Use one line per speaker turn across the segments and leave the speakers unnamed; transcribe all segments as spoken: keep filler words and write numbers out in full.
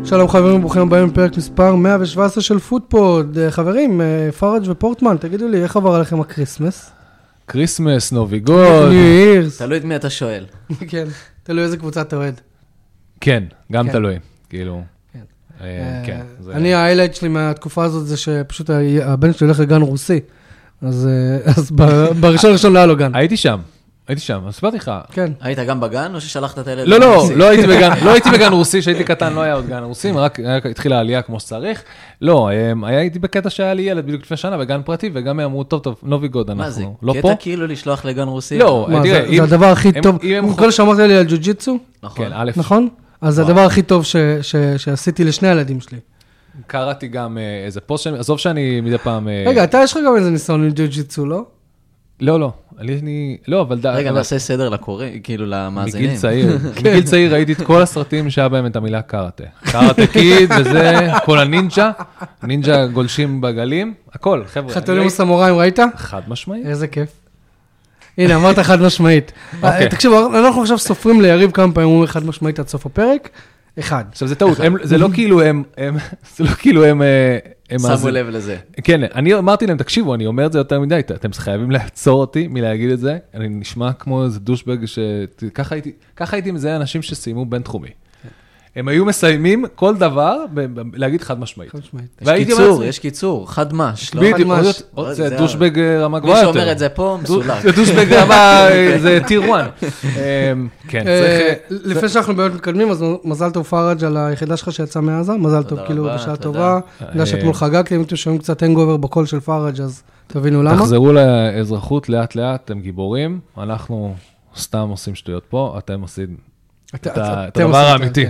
שלום חברים, ברוכים הבאים בפרק מספר מאה שבע עשרה של פוטפוד. חברים, פארג' ופורטמן, תגידו לי, איך עבר עליכם הקריסמס?
קריסמס, נובי גוד.
ניו אירס.
תלוי את מי אתה שואל.
כן, תלוי איזה קבוצה אתה אוהד.
כן, גם תלוי. כאילו, כן.
אני, האיילייט שלי מהתקופה הזאת זה שפשוט הבן שלי הולך לגן רוסי. אז בראשון ראשון לא היה לו גן.
הייתי שם. הייתי שם, אז ספרתי לך.
כן.
היית גם בגן או ששלחת את הילד?
לא, לא, לא הייתי בגן, לא הייתי בגן רוסי, שהייתי קטן, לא היה עוד גן רוסי, רק התחילה העלייה כמו שצריך. לא, הייתי בקטע שהיה לי ילד בדיוק לפני שנה, בגן פרטי, וגם אמרו, טוב, טוב, נובי גוד, אנחנו לא פה.
קטע כאילו לשלוח לגן רוסי?
לא,
זה הדבר הכי טוב. כל שאמרת לי על ג'ו-ג'יטסו, נכון? אז זה הדבר הכי טוב שעשיתי לשני הילדים שלי.
קראתי גם איזה פוסט, עזוב שאני מדי פעם...
רגע, אתה יש לך גם איזה ניסיון עם ג'ו-ג'יטסו, לא?
לא, לא, אני, לא, אבל...
רגע, נעשה סדר לקורא, כאילו למאזינים.
מגיל צעיר, מגיל צעיר ראיתי את כל הסרטים שהיה בהם את המילה קראטה. קראטה קיד וזה, כל הנינג'ה, נינג'ה גולשים בגלים, הכל, חבר'ה.
חתולים וסמוראים, ראית?
חד משמעית.
איזה כיף. הנה, אמרת חד משמעית. תקשיב, אנחנו עכשיו סופרים ליריב כמה פעמים, הוא אומר חד משמעית עד סוף הפרק. אחד.
עכשיו, זה טעות, זה לא כאילו הם, זה לא כאילו הם...
שמו לב לזה.
כן, אני אמרתי להם, תקשיבו, אני אומר את זה יותר מדי, אתם חייבים לעצור אותי מלהגיד את זה, אני נשמע כמו איזה דושבג, ככה הייתי מזהה אנשים שסיימו בין תחומי. הם היו מסיימים כל דבר, להגיד חד משמעית.
יש קיצור, יש קיצור, חד מש.
בדיוק, זה דושבג רמה גבוהה יותר.
מי שאומר את זה פה, מסולק.
זה דושבג רמה, זה טיר וואן. כן, צריך...
לפני שאנחנו באמת מתקדמים, אז מזל טוב פארג' על היחידה שלך שיצא מעזה, מזל טוב, כאילו, בשעה טובה. אני יודע שאתמול חגגתי, אם אתם שומעים קצת הנגובר בקול של פארג' אז תבינו למה.
תחזרו לאזרחות לאט לאט, אתם גיבורים, אנחנו סתם עושים שטויות פה, אתם עושים... את הדבר האמיתי.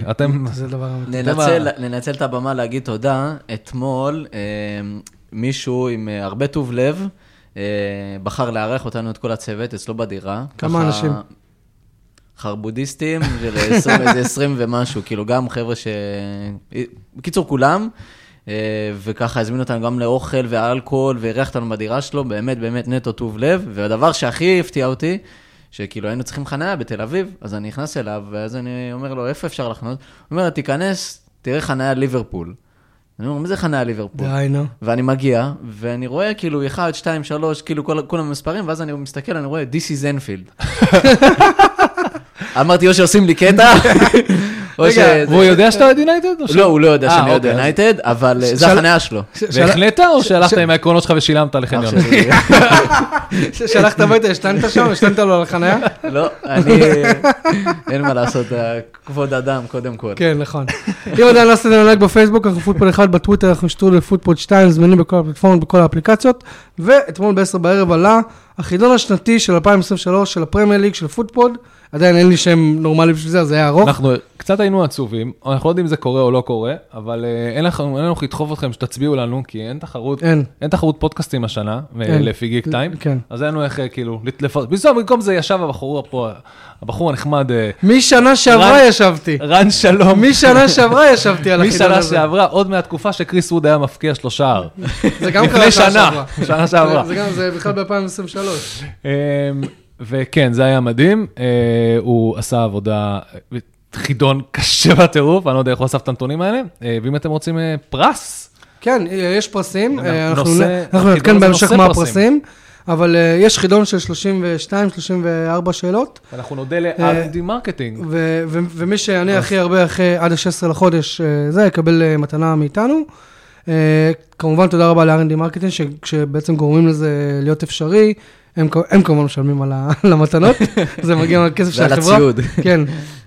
ננצל את הבמה להגיד תודה. אתמול מישהו עם הרבה טוב לב בחר לארח אותנו את כל הצוות אצלו בדירה.
כמה אנשים?
חרבודיסטים של איזה עשרים ומשהו, כאילו גם חבר'ה ש... בקיצור כולם, וככה הזמין אותנו גם לאוכל ואלכוהול, והריח אותנו בדירה שלו, באמת באמת נטו טוב לב, והדבר שהכי הפתיע אותי, שכאילו היינו צריכים חניה בתל אביב, אז אני נכנס אליו, ואז אני אומר לו, איפה אפשר לחנות? הוא אומר, תיכנס, תראה חניה ליברפול. אני אומר, מי זה חניה ליברפול?
די, נו.
ואני מגיע, ואני רואה כאילו אחד, שתיים, שלוש, כאילו כל המספרים, ואז אני מסתכל, אני רואה, this is Enfield. אמרתי, או שעושים לי קטע,
והוא יודע שאתה עוד יונייטד?
לא, הוא לא יודע שאני עוד יונייטד, אבל זה החניה שלו.
והחלטת או שהלכת עם העקרונות שלך ושילמת לחניון?
שלחת הביתה, השתנת שם? השתנת לו על החניה?
לא, אני... אין מה לעשות, כבוד אדם, קודם כל.
כן, נכון. אם עדיין לא עשיתם לייק בפייסבוק, אנחנו פוטפוד אחד, בטוויטר אנחנו שתרו לפוטפוד שתיים, זמינים בכל הפלטפורמות, בכל האפליקציות, ואתמול בעשר בערב עלה החידון השנתי של אלפיים עשרים ושלוש של הפרמייר ליג של פוטפוד, עדיין אין לי שם נורמלי בשביל זה, אז זה היה ארוך.
אנחנו קצת היינו עצובים, אנחנו לא יודעים אם זה קורה או לא קורה, אבל אין לנו לדחוף אתכם שתצביעו לנו, כי אין תחרות, אין תחרות פודקאסטים השנה, לפי גיק טיים, אז אין לנו איך כאילו, בסוף במקום זה ישב הבחור פה, הבחור הנחמד...
משנה שעברה ישבתי.
רן שלום.
משנה שעברה ישבתי על החידון הזה.
משנה שעברה, עוד מהתקופה שקריס ווד היה מפקיע שלושה.
זה גם קרה
שנה, שנה שעברה.
זה גם, זה בכלל ב-אלפיים עשרים ושלוש.
וכן, זה היה מדהים, הוא עשה עבודה, חידון קשה בטירוף, אני לא יודע איך הוא אסף את הנתונים האלה, ואם אתם רוצים פרס.
כן, יש פרסים, אנחנו נתקן בהמשך מה הפרסים, אבל יש חידון של שלושים ושתיים שלושים וארבע שאלות.
אנחנו נודה ל-אר אנד די מרקטינג.
ומי שיענה הכי הרבה אחרי עד ה-שש עשרה לחודש, זה יקבל מתנה מאיתנו. כמובן, תודה רבה ל-אר אנד די מרקטינג, שבעצם גורמים לזה להיות אפשרי, הם, הם כמובן משלמים על המתנות, זה מגיע מהכסף של החברה.
ועל הציוד. כן.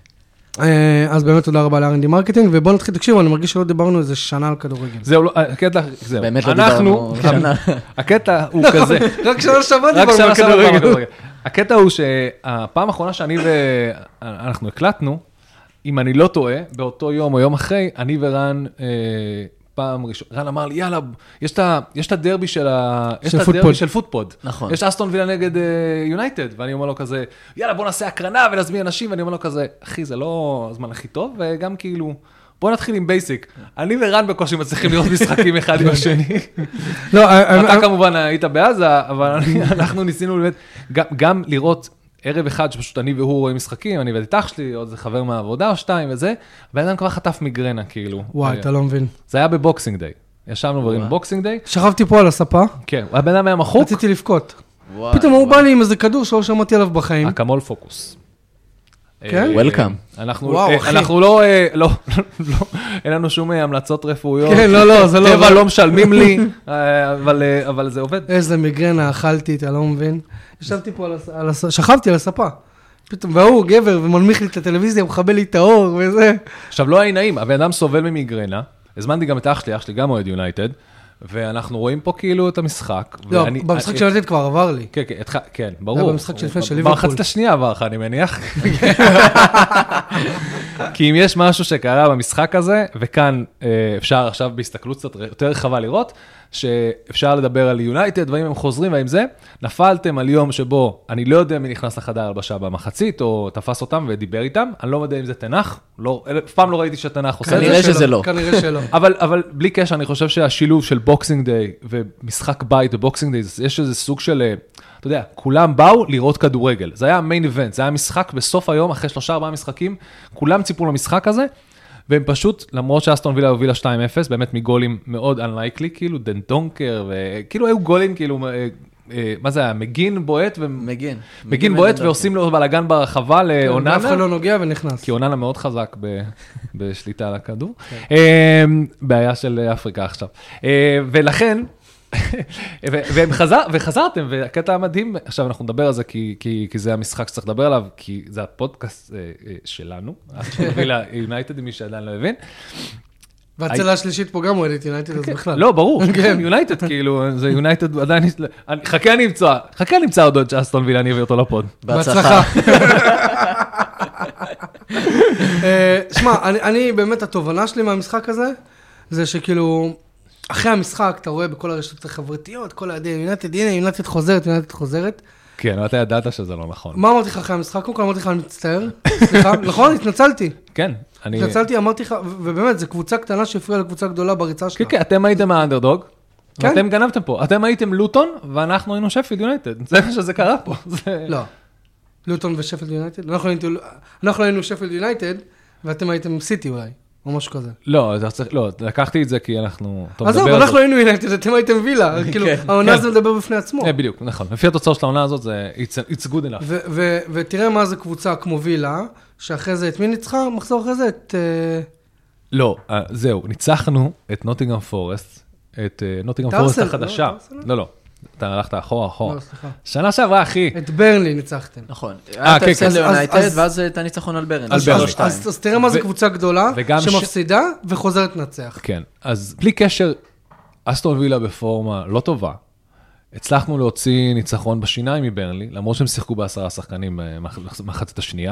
אז באמת תודה רבה ל-אר אנד די מרקטינג, ובואו נתחיל, תקשיבו, אני מרגיש שלא דיברנו איזה שנה על כדורגל.
זהו, הקטע, זהו.
באמת לא דיברנו שנה.
הקטע הוא כזה.
רק שנה שעברה דיברנו על כדורגל.
הקטע הוא שהפעם האחרונה שאני ואנחנו הקלטנו, אם אני לא טועה, באותו יום או יום אחרי, אני ורן... פעם ראשון, רן אמר לי, יאללה, יש את הדרבי של פוטפוד.
נכון.
יש אסטון וילה נגד יונייטד, ואני אומר לו כזה, יאללה, בוא נעשה הקרנה ולהזמין אנשים, ואני אומר לו כזה, אחי, זה לא הזמן הכי טוב, וגם כאילו, בוא נתחיל עם בייסיק. אני ורן בקושי מצליחים לראות משחקים אחד עם השני. אתה כמובן היית בעזה, אבל אנחנו ניסינו באמת גם לראות ערב אחד שפשוט אני והוא רואים משחקים, אני ואת אח שלי, עוד זה חבר מהעבודה או שתיים וזה, הבן אדם כבר חטף מיגרנה, כאילו.
וואי, אתה לא מבין.
זה היה בבוקסינג דיי. ישבנו וראינו בוקסינג דיי.
שכבתי פה על הספה.
כן, הבן אדם היה מחוק.
רציתי לבכות. פתאום הוא בא לי עם איזה כדור שלא שמעתי עליו בחיים.
אקמול פוקוס.
כן?
וולקאם.
אנחנו לא, לא, לא, אין לנו שום המלצות רפואיות.
כן, לא, לא, זה לא.
טבע לא משלמים לי, אבל זה עובד.
איזה מיגרנה אכלתי, אתה לא מבין. ישבתי פה על הספה, שכבתי על הספה. פתאום, והוא גבר ומנמיך לי את הטלוויזיה, מחבל לי את האור וזה.
עכשיו, לא היה נעים, הבן אדם סובל ממיגרנה, הזמנתי גם את אח שלי, אח שלי גם אוהד יונייטד, ואנחנו רואים פה כאילו את המשחק.
לא, במשחק של יונייטד כבר עבר לי.
כן, כן, כן, ברור.
זה במשחק שלפני של ליברפול.
במחצית השנייה עבר לך, אני מניח. כי אם יש משהו שקרה במשחק הזה, וכאן אפשר עכשיו בהסתכלות קצת יותר רחבה לראות, שאפשר לדבר על יונייטד, והאם הם חוזרים, והאם זה, נפלתם על יום שבו, אני לא יודע מי נכנס לחדר הלבשה במחצית, או תפס אותם ודיבר איתם, אני לא יודע אם זה תנח, אף פעם לא ראיתי שתנח עושה את זה.
כנראה שזה לא.
כנראה שלא.
אבל בלי קשר, אני חושב שהשילוב של בוקסינג דיי, ומשחק בית בבוקסינג דיי, יש איזה סוג של, אתה יודע, כולם באו לראות כדורגל. זה היה המיין איבנט, זה היה משחק בסוף היום, אחרי שלושה ארבעה משחקים, כולם ציפו למשחק הזה, והם פשוט, למרות שאסטון וילה הובילה שתיים אפס, באמת מגולים מאוד unlikely, כאילו דנטונקר, וכאילו היו גולים, כאילו, מה זה היה? מגין בועט,
מגין.
מגין בועט, ועושים לו בלגן ברחבה לאוננה.
ואף אחד לא נוגע ונכנס.
כי אוננה מאוד חזק בשליטה על הכדור. בעיה של אפריקה עכשיו. ולכן, והם חזר, וחזרתם, והקטע המדהים, עכשיו אנחנו נדבר על זה, כי, כי, כי זה המשחק שצריך לדבר עליו, כי זה הפודקאסט שלנו, וילה יונייטד, מי שעדיין לא הבין.
והצלה השלישית פה גם אוהדת יונייטד, אז בכלל.
לא, ברור, יונייטד, כאילו, זה יונייטד עדיין, חכה אני אמצא, חכה אני אמצא עוד עוד שאסטון וילה, אני אביא אותו לפוד.
בהצלחה.
שמע, אני באמת, התובנה שלי מהמשחק הזה, זה שכאילו, אחרי המשחק, אתה רואה בכל הרשתות החברתיות, כל העדי יונייטד, הנה, יונייטד חוזרת, יונייטד חוזרת.
כן, אתה ידעת שזה לא נכון.
מה אמרתי לך אחרי המשחק? קודם כל אמרתי לך, אני מצטער. סליחה, נכון? התנצלתי.
כן.
התנצלתי, אמרתי לך, ובאמת, זו קבוצה קטנה שהפריעה לקבוצה גדולה בריצה שלה.
כן, כן, אתם הייתם האנדרדוג, ואתם גנבתם פה. אתם הייתם לוטון, ואנחנו היינו שפילד יונייטד. זה מה שזה קרה פה.
לא. לוטון ושפילד יונייטד. אנחנו היינו שפילד יונייטד, ואתם הייתם סיטי אולי. או משהו כזה.
לא, לא, לקחתי את זה כי אנחנו...
אז זהו, אנחנו היינו יונייטד, אתם הייתם וילה, כאילו, העונה הזה מדבר בפני עצמו.
בדיוק, נכון. לפי התוצאות של העונה הזאת, זה it's good enough.
ותראה מה זה קבוצה כמו וילה, שאחרי זה את מי ניצחה? מחזור אחרי זה את...
לא, זהו, ניצחנו את נוטינגהאם פורסט, את נוטינגהאם פורסט החדשה. לא, לא. אתה הלכת אחורה, אחורה.
לא, סליחה.
שנה שעברה, אחי.
את ברנלי ניצחתם.
נכון. היה תפסד ליונייטד, ואז את הניצחון על ברנלי.
אז תראה מה זה קבוצה גדולה, שמפסידה וחוזרת לנצח.
כן. אז בלי קשר, אסטון וילה בפורמה לא טובה. הצלחנו להוציא ניצחון בשיניים מברנלי, למרות שהם שיחקו בעשרה שחקנים מחצית השנייה.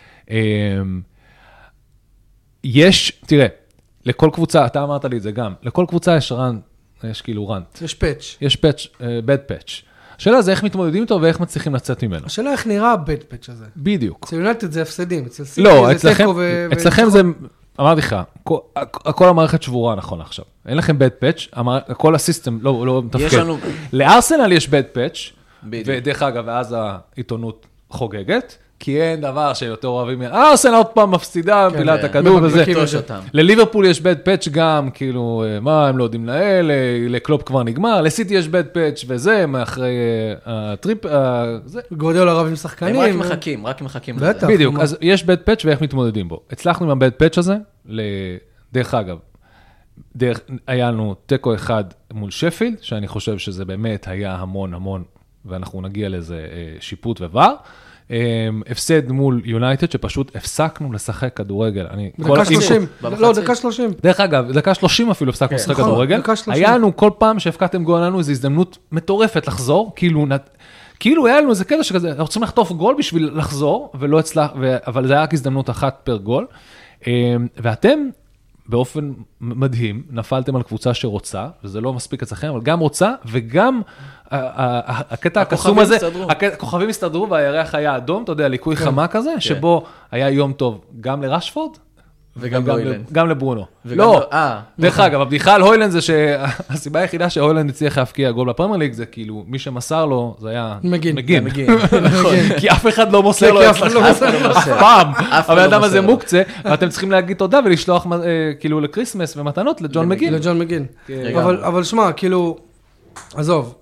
יש, תראה, לכל קבוצה, אתה אמרת לי את זה גם, לכל קבוצה יש רן, יש כאילו רנט.
יש פאץ'.
יש פאץ', בד פאץ'. השאלה זה איך מתמודדים איתו ואיך מצליחים לצאת ממנו.
השאלה איך נראה הבד פאץ' הזה.
בדיוק.
אצל יונייטד זה הפסדים, אצל סיטי
לא,
זה תיקו ו...
אצלכם זה, אמרתי לך, כל המערכת שבורה נכון עכשיו. אין לכם בד פאץ', כל הסיסטם לא מתפקד. לארסנל יש בד פאץ', ודרך אגב, ואז העיתונות חוגגת, כי אין דבר שיותר אוהבים, ארסנל עוד פעם מפסידה, מפילה את הכדור וזה. לליברפול יש בד פאץ' גם, כאילו, מה, הם לא יודעים לאל, לקלופ כבר נגמר, לסיטי יש בד פאץ' וזה, מאחרי הטריפ, זה.
גוורדיולה רב עם שחקנים.
הם רק מחכים, רק מחכים.
בטח.
בדיוק, אז יש בד פאץ' ואיך מתמודדים בו. הצלחנו עם הבד פאץ' הזה, דרך אגב, היה לנו טקו אחד מול שפילד, שאני חושב שזה באמת היה המון המון, ואנחנו נגיע לזה שיפוט ובר. הפסד מול יונייטד, שפשוט הפסקנו לשחק כדורגל.
דקה שלושים. לא, דקה שלושים.
דרך אגב, דקה שלושים אפילו הפסקנו לשחק כדורגל. היה לנו כל פעם שהפקעתם גול לנו, איזו הזדמנות מטורפת לחזור, כאילו היה לנו איזה קטע שכזה, אנחנו צריכים לחטוף גול בשביל לחזור, אבל זה היה רק הזדמנות אחת פר גול. ואתם, באופן מדהים, נפלתם על קבוצה שרוצה, וזה לא מספיק אצלכם, אבל גם רוצה, וגם הקטע הקסום הזה, הכוכבים הסתדרו, והירח היה אדום, אתה יודע, ליקוי חמה כזה, שבו היה יום טוב גם לרשפורד,
וגם להוילנד.
גם לברונו. לא, דרך אגב, הבדיחה על הוילנד זה שהסיבה היחידה שהוילנד הצליח להפקיע גול בפרמייר ליג, זה כאילו, מי שמסר לו, זה היה
מגין.
מגין. כי אף אחד לא מוסר לו אף פעם. אבל האדם הזה מוקצה, ואתם צריכים להגיד תודה ולשלוח כאילו לקריסמס ומתנות לג'ון מגין.
לג'ון מגין. אבל שמע, כאילו, עזוב,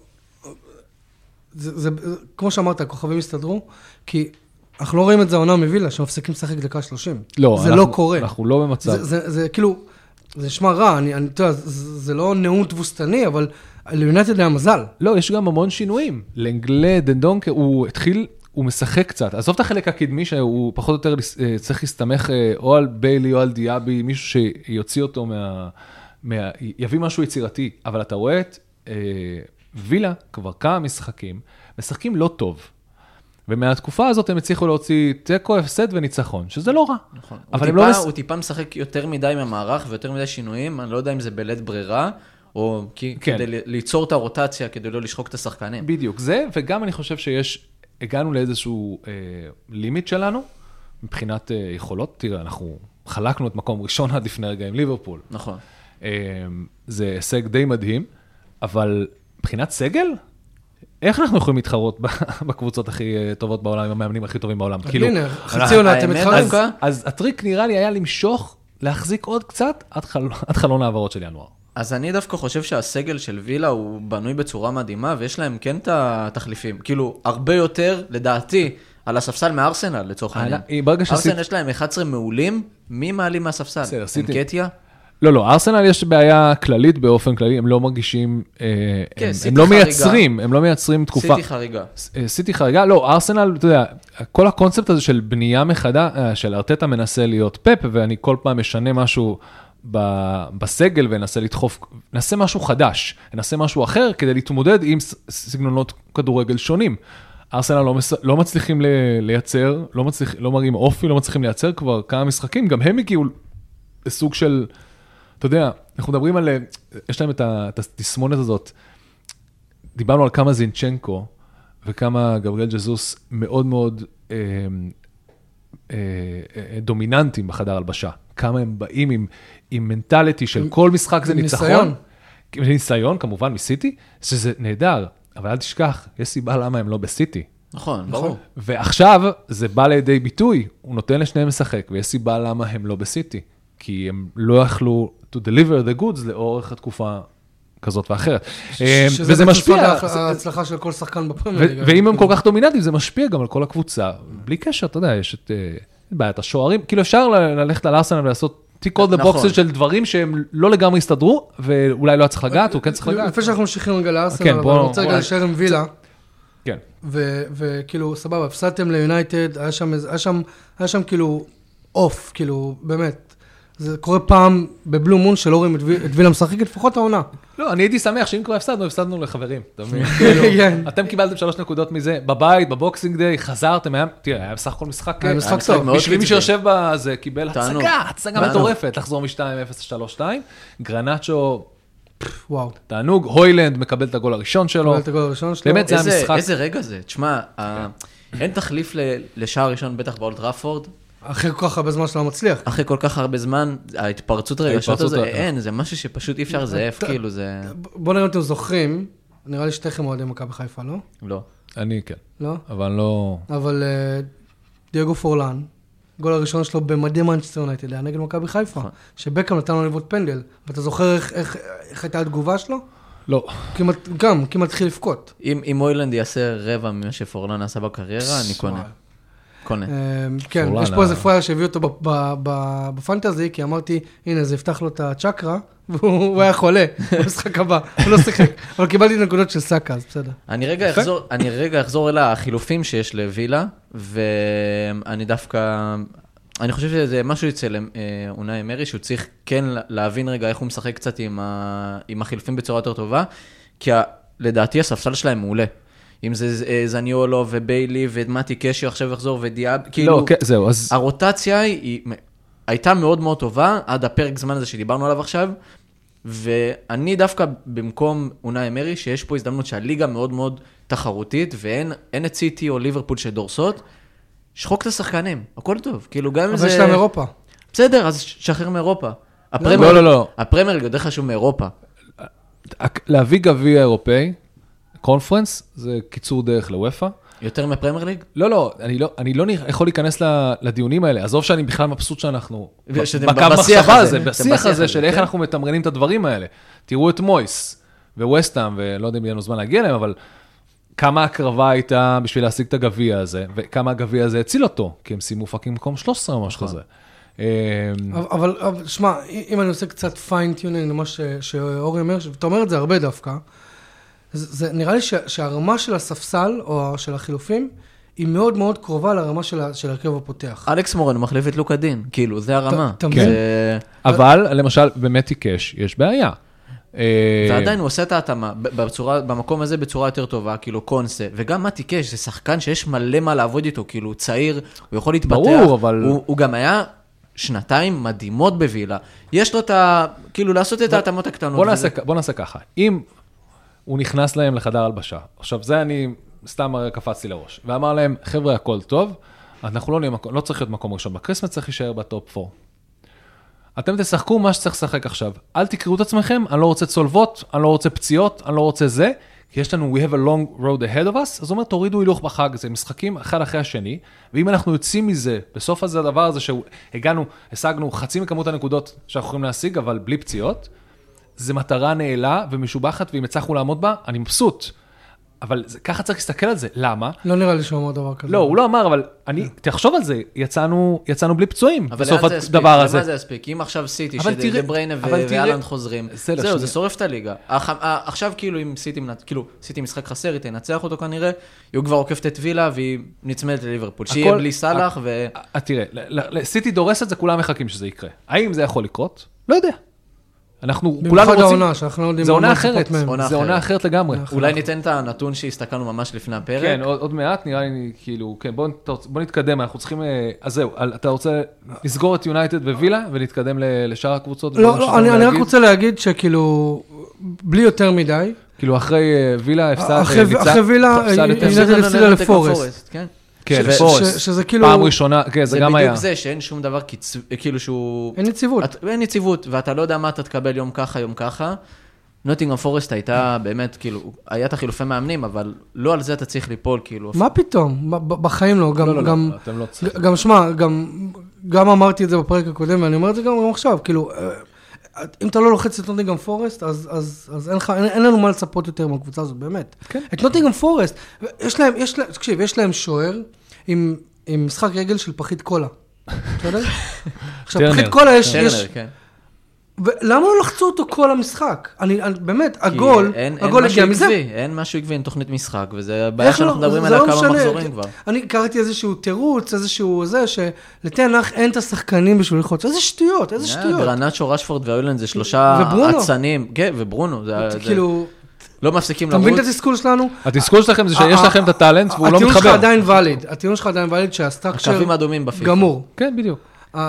זה, כמו שאמרת, הכוכבים הסתדרו, כי אנחנו לא רואים את זה העונה מווילה, שמפסיקים לשחק דקה שלושים.
לא,
זה לא קורה.
אנחנו לא במצב.
זה, זה, זה כאילו, זה שמע רע, אני, אני, אתה יודע, זה, זה לא נאום תבוסתני, אבל ליונטד היה מזל.
לא, יש גם המון שינויים. לנגלה, דנדונקר, הוא התחיל, הוא משחק קצת. עזוב את החלק הקדמי, שהוא פחות או יותר צריך להסתמך או על ביילי או על דיאבי, מישהו שיוציא אותו מה, מה, יביא משהו יצירתי. אבל אתה רואה את אה, וילה, כבר כמה משחקים, משחקים לא טוב. ומהתקופה הזאת הם הצליחו להוציא תיקו, הפסד וניצחון, שזה לא רע.
נכון. אבל הוא, טיפה, לא מס... הוא טיפה משחק יותר מדי מהמערך ויותר מדי שינויים, אני לא יודע אם זה בלית ברירה, או כי, כן. כדי ליצור את הרוטציה, כדי לא לשחוק את השחקנים.
בדיוק, זה, וגם אני חושב שיש, הגענו לאיזשהו אה, לימיט שלנו, מבחינת אה, יכולות, תראה, אנחנו חלקנו את מקום ראשון עד לפני רגע עם ליברפול.
נכון.
אה, זה הישג די מדהים, אבל מבחינת סגל, איך אנחנו יכולים להתחרות בקבוצות הכי טובות בעולם, עם המאמנים הכי טובים בעולם?
הנה, חצי עונה, אתם מתחרים.
אז הטריק נראה לי היה למשוך, להחזיק עוד קצת, עד חלון העברות של ינואר.
אז אני דווקא חושב שהסגל של וילה הוא בנוי בצורה מדהימה, ויש להם כן את התחליפים. כאילו, הרבה יותר, לדעתי, על הספסל מארסנל, לצורך העניין. ארסנל יש להם אחד עשר מעולים, מי מעלים מהספסל? אנקטיה?
לא, לא, ארסנל יש בעיה כללית באופן כללי, הם לא מרגישים,
כן,
הם לא מייצרים, הם לא מייצרים תקופה.
סיטי חריגה.
סיטי חריגה, לא, ארסנל, אתה יודע, כל הקונספט הזה של בנייה מחדה, של ארטטה מנסה להיות פפ, ואני כל פעם משנה משהו בסגל, ונסה לדחוף, נעשה משהו חדש, נעשה משהו אחר, כדי להתמודד עם סגנונות כדורגל שונים. ארסנל לא, לא מצליחים לייצר, לא, מצליח, לא מראים אופי, לא מצליחים לייצר כבר כמה משחקים, גם הם הגיעו לסוג של... אתה יודע, אנחנו מדברים על, יש להם את התסמונת הזאת, דיברנו על כמה זינצ'נקו, וכמה גבריאל ג'זוס מאוד מאוד אה, אה, אה, דומיננטיים בחדר הלבשה, כמה הם באים עם, עם מנטליטי של כל משחק זה ניצחון, ניסיון כמובן מסיטי, שזה נהדר, אבל אל תשכח, יש סיבה למה הם לא בסיטי.
נכון, ברור.
ועכשיו זה בא לידי ביטוי, הוא נותן לשניהם לשחק, ויש סיבה למה הם לא בסיטי. כי הם לא יכלו to deliver the goods לאורך התקופה כזאת ואחרת. וזה משפיע.
ההצלחה של כל שחקן בפרמייר ליג.
ואם הם כל כך דומיננטיים, זה משפיע גם על כל הקבוצה. בלי קשר, אתה יודע, יש את בעיית השוערים. כאילו אפשר ללכת על ארסנל ולעשות tick all the boxes של דברים שהם לא לגמרי הסתדרו, ואולי לא צריך לגעת, או כן צריך לגעת.
לפני שאנחנו ממשיכים רגע לארסנל, אבל אני רוצה רגע להישאר עם וילה.
כן.
וכאילו, סבבה, הפסדתם ליונייטד, היה שם כאילו אוף, כאילו, באמת. זה קורה פעם בבלו מון שלא רואים את וילה משחקת, לפחות העונה.
לא, אני הייתי שמח שאם כבר הפסדנו, הפסדנו לחברים. אתם קיבלתם שלוש נקודות מזה, בבית, בבוקסינג דיי, חזרתם, תראה, היה בסך הכל משחק טוב. בשביל מי שיושב בזה, קיבל הצגה, הצגה מטורפת, לחזור מ-שתיים אפס ל-שלוש שתיים. גרנצ'ו,
וואו.
תענוג, הוילנד מקבל את הגול הראשון שלו.
מקבל את הגול הראשון שלו.
באמת זה המשחק.
איזה רגע זה? תשמע, אין תחליף לשער ראשון בטח באולד טראפורד.
אחרי כל כך הרבה זמן שלא מצליח.
אחרי כל כך הרבה זמן, ההתפרצות רגשות הזה, אין, זה משהו שפשוט אי אפשר לזייף, כאילו זה...
בוא נראה אם אתם זוכרים, נראה לי שתיכם אוהדים מכבי חיפה, לא?
לא.
אני כן.
לא?
אבל לא...
אבל דייגו פורלן, גול הראשון שלו במדי מנצ'סטר יונייטד, היה נגד מכבי חיפה, שבקאם נתן לו לבעוט פנדל, ואתה זוכר איך הייתה התגובה שלו?
לא.
גם, כמעט התחיל לבכות.
אם הוילנד יעשה רבע ממה שפורלן עשה בקריירה, אני קונה.
כן, יש פה איזה פרייר שהביא אותו בפנטזי, כי אמרתי, הנה, זה יפתח לו את הצ'קרה, והוא היה חולה במשחק הבא, הוא לא שיחק, אבל קיבלתי נקודות של סאקה, אז בסדר.
אני רגע אחזור אל החילופים שיש לווילה, ואני דווקא, אני חושב שזה משהו אצל אונאי אמרי, שהוא צריך כן להבין רגע איך הוא משחק קצת עם החילופים בצורה יותר טובה, כי לדעתי הספסל שלהם מעולה. אם זה זניולו וביילי ומתי קשי עכשיו יחזור ודיאב, כאילו,
זהו, אז...
הרוטציה היא, הייתה מאוד מאוד טובה, עד הפרק זמן הזה שדיברנו עליו עכשיו, ואני דווקא במקום אונאי אמרי, שיש פה הזדמנות שהליגה מאוד מאוד תחרותית, ואין את סיטי או ליברפול שדורסות, שחוק את השחקנים, הכל טוב, כאילו גם אם זה...
אבל יש להם אירופה.
בסדר, אז שחרר מאירופה.
לא, לא, לא.
הפרמייר ליג יותר חשוב מאירופה.
להביא גביע אירופאי, קונפרנס, זה קיצור דרך לוופא.
יותר מפרמייר ליג?
לא, לא, אני לא, אני לא יכול להיכנס לדיונים האלה. עזוב שאני בכלל מבסוט שאנחנו
בקו מחשבה הזה,
בשיח הזה של איך אנחנו מתמרנים את הדברים האלה. תראו את מויס וווסטהאם, ולא יודע אם יהיה לנו זמן להגיע אליהם, אבל כמה הקרבה הייתה בשביל להשיג את הגביע הזה, וכמה הגביע הזה הציל אותו, כי הם סיימו פאקינג מקום שלוש עשרה או משהו כזה.
אבל, שמע, אם אני עושה קצת פיינטיונינג למה שאורי אומר, ואתה אומר את זה הרבה דווקא, זה נראה לי שהרמה של הספסל, או של החילופים, היא מאוד מאוד קרובה לרמה של הרכב הפותח.
אלכס מורן מחליף את לוקה דין, כאילו, זה הרמה.
כן, אבל למשל, באמת עיקש, יש בעיה.
ועדיין הוא עושה את ההתאמה, במקום הזה בצורה יותר טובה, כאילו קונסה, וגם מה תיקש, זה שחקן שיש מלא מה לעבוד איתו, כאילו צעיר, הוא יכול להתפתח,
ברור, אבל...
הוא גם היה שנתיים מדהימות בווילה, יש לו את ה... כאילו לעשות את ההתאמות הקטנות.
בוא נעשה ככה, אם הוא נכנס להם לחדר הלבשה, עכשיו זה אני סתם קפצתי לראש, ואמר להם, חבר'ה, הכל טוב, אנחנו לא צריך להיות מקום ראשון בקריסמס, צריך להישאר בטופ ארבע. אתם תשחקו מה שצריך לשחק עכשיו. אל תקראו את עצמכם, אני לא רוצה צולבות, אני לא רוצה פציעות, אני לא רוצה זה, כי יש לנו, we have a long road ahead of us, אז זאת אומרת, תורידו הילוך בחג, זה משחקים אחד אחרי השני, ואם אנחנו יוצאים מזה, בסוף הזה הדבר הזה שהגענו, השגנו חצי מכמות הנקודות שאנחנו יכולים להשיג, אבל בלי פציעות, זה מטרה נעלה ומשובחת, ואם הצלחנו לעמוד בה, אני מבסוט. אבל זה, ככה צריך להסתכל על זה. למה?
לא נראה לי שהוא אמר דבר כזה.
לא, הוא לא אמר, אבל אני, תחשוב על זה, יצאנו, יצאנו בלי פצועים בסוף הדבר הזה.
אבל זה יספיק? אם עכשיו סיטי, שדבריינה ואלנד חוזרים, זהו, זה שורף את הליגה. עכשיו כאילו אם סיטי, כאילו, סיטי משחק חסר, היא תנצח אותו כנראה, היא כבר עוקפת את וילה, והיא נצמדת לליברפול. שיהיה בלי סלאח ו...
תראה, סיטי דורס את זה, כולם מחכים שזה יקרה. האם זה יכול לקרות? לא יודע. אנחנו כולנו רוצים...
העונה, שאנחנו לא יודעים...
זה עונה אחרת, זה עונה אחרת לגמרי.
אולי ניתן את הנתון שהסתכלנו ממש לפני הפרק.
כן, עוד מעט נראה לי, כאילו, כן, בוא נתקדם, אנחנו צריכים... אז זהו, אתה רוצה לסגור את יונייטד ווילה, ונתקדם לשאר הקבוצות?
לא, לא, אני רק רוצה להגיד שכאילו, בלי יותר מדי...
כאילו, אחרי וילה,
אחרי וילה, יונייטד הפסידה לפורסט.
כן. כן, לפורסט.
שזה כאילו...
פעם ראשונה, כן, זה גם היה.
זה בדיוק זה שאין שום דבר, כאילו שהוא...
אין יציבות.
אין יציבות, ואתה לא יודע מה אתה תקבל יום ככה, יום ככה. נוטינגהאם פורסט הייתה באמת, כאילו, היה את החילופי מאמנים, אבל לא על זה אתה צריך ליפול, כאילו.
מה פתאום? בחיים לא.
לא, לא, אתם לא צריכים.
גם שמה, גם אמרתי את זה בפרק הקודם, ואני אומר את זה גם עכשיו, כאילו... אם אתה לא לוחץ את נוטינגהאם פורסט, אז, אז, אז אין, לך, אין, אין לנו מה לצפות יותר מהקבוצה הזאת, באמת. כן. את נוטינגהאם פורסט, יש להם, יש להם, תקשיב, יש להם שוער עם, עם משחק רגל של פחית קולה. אתה יודע? עכשיו, פחית קולה יש...
טרנר,
יש...
כן.
ולמה לא לחצו אותו כל המשחק? אני, אני באמת, הגול,
אין,
הגול
אין
הגיע מזה.
עקבי, אין משהו עקבי, אין תוכנית משחק, וזה בעיה שאנחנו מדברים עליה כמה משנה. מחזורים כבר.
אני קראתי איזשהו תירוץ, איזשהו זה, שלתנח אין את השחקנים בשביל לחוץ. איזה שטויות, איזה שטויות.
גרנצ'ו, רשפורד ואוילנד זה שלושה עצנים. כן, וברונו. זה
כאילו...
לא מפסיקים לרוץ.
אתה מבין את התסכול שלנו?
התסכול שלכם זה שיש לכם את הטלנט, והוא לא מתחבר.
הטיעון שלך עדיין וליד. הטיעון שלך עדיין וליד שהסטרקצ'ר גמור.
כן, בדיוק.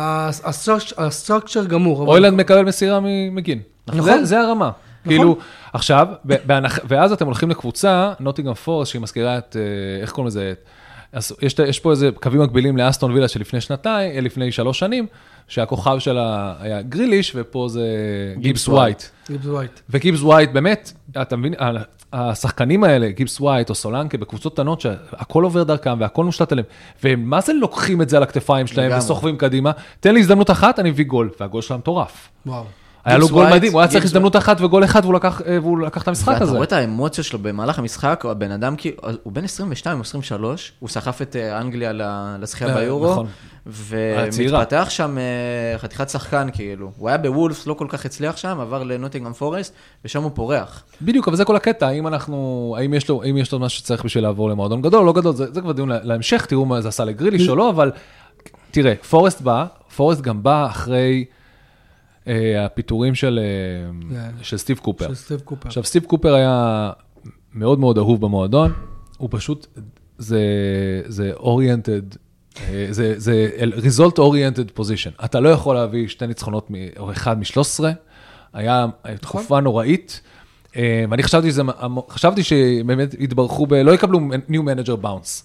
הסטרקצ'ר גמור.
אוילנד מקבל מסירה ממגין. זה הרמה. כאילו, עכשיו, ואז אתם הולכים לקבוצה, נוטינגהאם פורסט, שהיא מזכירה את, איך קוראים לזה? יש פה איזה קווים מקבילים לאסטון וילה שלפני שנתיים, לפני שלוש שנים, שהכוכב שלה היה גריליש, ופה זה גיבס ווייט.
גיבס ווייט.
וגיבס ווייט, באמת, אתה מבין, השחקנים האלה, גיבס ווייט או סולנקה, בקבוצות קטנות שהכל עובר דרכם והכל מושתת עליהם, והם מה זה לוקחים את זה על הכתפיים שלהם וסוחבים קדימה, תן לי הזדמנות אחת, אני מביא גול, והגול שלהם טורף.
וואו.
היה לו גול מדהים, הוא היה צריך הזדמנות אחת וגול אחד, והוא לקח את המשחק הזה.
ואתה רואה את האמוציה שלו במהלך המשחק, הבן אדם, הוא בן עשרים ושתיים או עשרים ושלוש, הוא סחף את אנגליה לזכייה ביורו, ומתפתח שם חתיכת שחקן כאילו. הוא היה בוולפס, לא כל כך הצליח שם, עבר לנוטינגהאם פורסט, ושם הוא פורח.
בדיוק, אבל זה כל הקטע, האם אנחנו, האם יש לו, האם יש לו מה שצריך בשביל לעבור למועדון גדול או לא גדול, זה כבר דיון להמשך, תראו מה זה עשה לגריליש או לא, אבל תראה, פורסט בא, פורסט גם בא אחרי הפיתורים של של סטיב קופר.
של סטיב קופר.
עכשיו, סטיב קופר היה מאוד מאוד אהוב במועדון, הוא פשוט, זה זה oriented, זה זה result oriented position. אתה לא יכול להביא שתי ניצחונות או אחד מ-שלוש עשרה, היה תקופה נוראית, ואני חשבתי שזה, חשבתי שבאמת התברכו ב, לא יקבלו new manager bounce.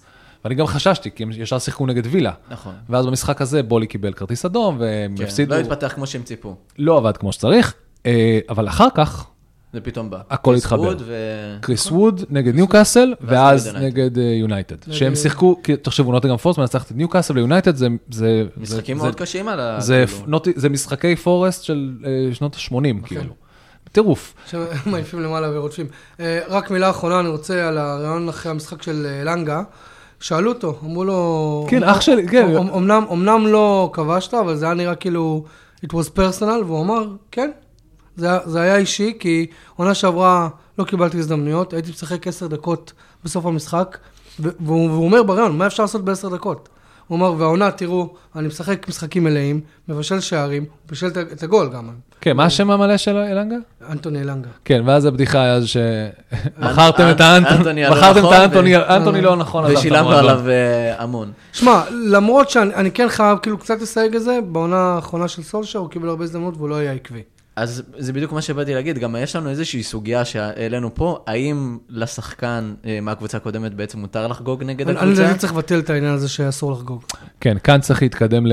ואני גם חששתי, כי הם ישר שיחקו נגד וילה.
נכון.
ואז במשחק הזה בולי קיבל כרטיס אדום, והם הפסידו.
לא התפתח כמו שהם ציפו.
לא עבד כמו שצריך, אבל אחר כך,
זה פתאום בא.
הכל התחבר. קריס ווד נגד ניוקאסל, ואז נגד יונייטד. שהם שיחקו, תחשבו, נוטינגהאם פורסט מנצחת את ניוקאסל ויונייטד, זה...
משחקים מאוד קשים על ה...
זה משחקי פורסט של שנות ה-שמונים, כאילו. טירוף.
שמעיפים למעלה ורודפים. רק מילה אחרונה, אני רוצה על הרעיון אחרי המשחק של לנגה. שאלו אותו, אמרו לו...
כן, אח שלי, כן.
אמנם לא כבשת, אבל זה היה נראה כאילו, it was personal, והוא אמר, כן. זה, זה היה אישי, כי עונה שעברה לא קיבלתי הזדמנויות, הייתי משחק עשר דקות בסוף המשחק, והוא, והוא אומר ברעיון, מה אפשר לעשות בעשר דקות? הוא אומר, והעונה, תראו, אני משחק משחקים מלאים, מבשל שערים, מבשל את הגול גם.
כן, מה השם המלא של אלנגה?
אנטוני אלנגה.
כן, ואז הבדיחה היה שבחרתם את האנטוני, בחרתם את האנטוני, אנטוני לא נכון.
ושילמנו עליו המון.
שמע, למרות שאני כן חייב כאילו קצת לסייג את זה, בעונה האחרונה של סולשר, הוא קיבל הרבה הזדמנות והוא לא היה עקבי.
אז זה בדיוק מה שבאתי להגיד, גם יש לנו איזושהי סוגיה שהעלינו פה, האם לשחקן מהקבוצה הקודמת בעצם מותר לחגוג נגד הקבוצה?
אני צריך לבטל את העניין הזה שאסור לחגוג.
כן, כאן צריך להתקדם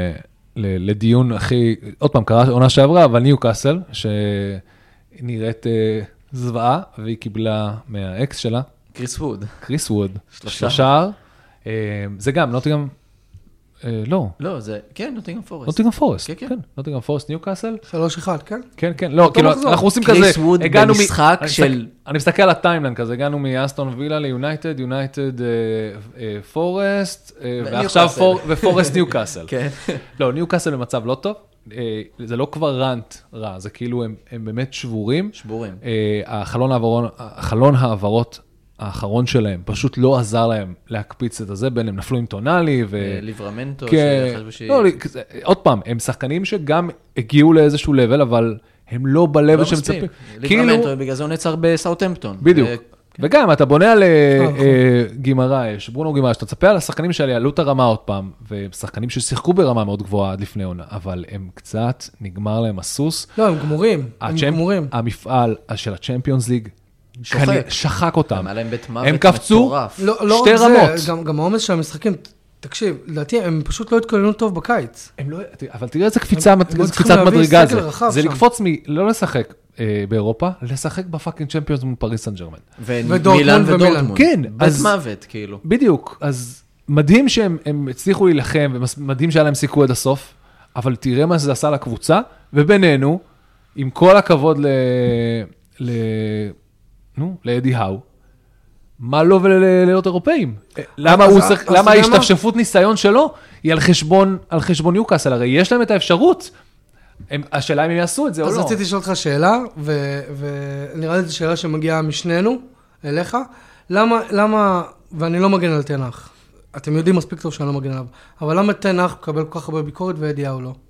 לדיון הכי, עוד פעם, קרה עונה שעברה, אבל ניוקאסל, שנראית זוועה, והיא קיבלה מהאקס שלה.
קריס ווד.
קריס ווד. שלושה. זה גם, נוטינגהאם, לא.
לא, זה, כן, נוטינגהאם פורסט.
נוטינגהאם פורסט, כן, כן. נוטינגהאם פורסט, ניוקאסל.
שלוש אחד, כן?
כן, כן, לא, כאילו, אנחנו עושים כזה,
קריס ווד במשחק של...
אני מסתכל על הטיימליין כזה, הגענו מאסטון וילה ליונייטד, יונייטד פורסט, ועכשיו ופורסט ניוקאסל. כן. לא, ניוקאסל במצב לא טוב, זה לא כבר רנט רע, זה כאילו, הם באמת שבורים.
שבורים.
החלון העברות, האחרון שלהם, פשוט לא עזר להם להקפיץ את הזה, בין הם נפלו עם טונאלי ו...
ליברמנטו,
שחשבו ש... לא, עוד פעם, הם שחקנים שגם הגיעו לאיזשהו לבל, אבל הם לא בלבל שהם מצפים.
ליברמנטו, בגלל זה הוא נצר בסאוטהמפטון.
בדיוק. וגם, אתה בונה על גימרייש, ברונו גימרייש, אתה מצפה על השחקנים שלי, עלו את הרמה עוד פעם, ושחקנים ששיחקו ברמה מאוד גבוהה עד לפני עונה, אבל הם קצת, נגמר להם הסוס.
לא, הם גמורים, הם גמורים.
המפעל של הצ'מפיונס ליג, שחק אותם.
הם
קפצו שתי רמות.
גם העומס של המשחקים, תקשיב, לדעתי הם פשוט לא התכוננו טוב בקיץ.
אבל תראה איזה קפיצת מדרגה זה. זה לקפוץ מלא לשחק באירופה, לשחק בפאקינג צ'מפיונס מול פריס סן ז'רמן.
ומילאן ודורטמונד.
כן.
בית מוות, כאילו.
בדיוק. אז מדהים שהם הצליחו להילחם, ומדהים שהיה להם סיכוי עד הסוף, אבל תראה מה זה עשה לקבוצה, ובינינו, עם כל הכבוד ל... נו, לאדי האו, מה לא וללהיות אירופאים? למה ההשתפשפות ניסיון שלו היא על חשבון, על חשבון ניוקאסל? הרי יש להם את האפשרות. השאלה אם הם יעשו את זה או לא.
אז רציתי לשאול אותך שאלה, ונראה לי זו שאלה שמגיעה משנינו, אליך. למה, למה, ואני לא מגן על תנח, אתם יודעים מספיק טוב שאני לא מגן עליו, אבל למה תנח מקבל כל כך הרבה ביקורת ואדי האו לא?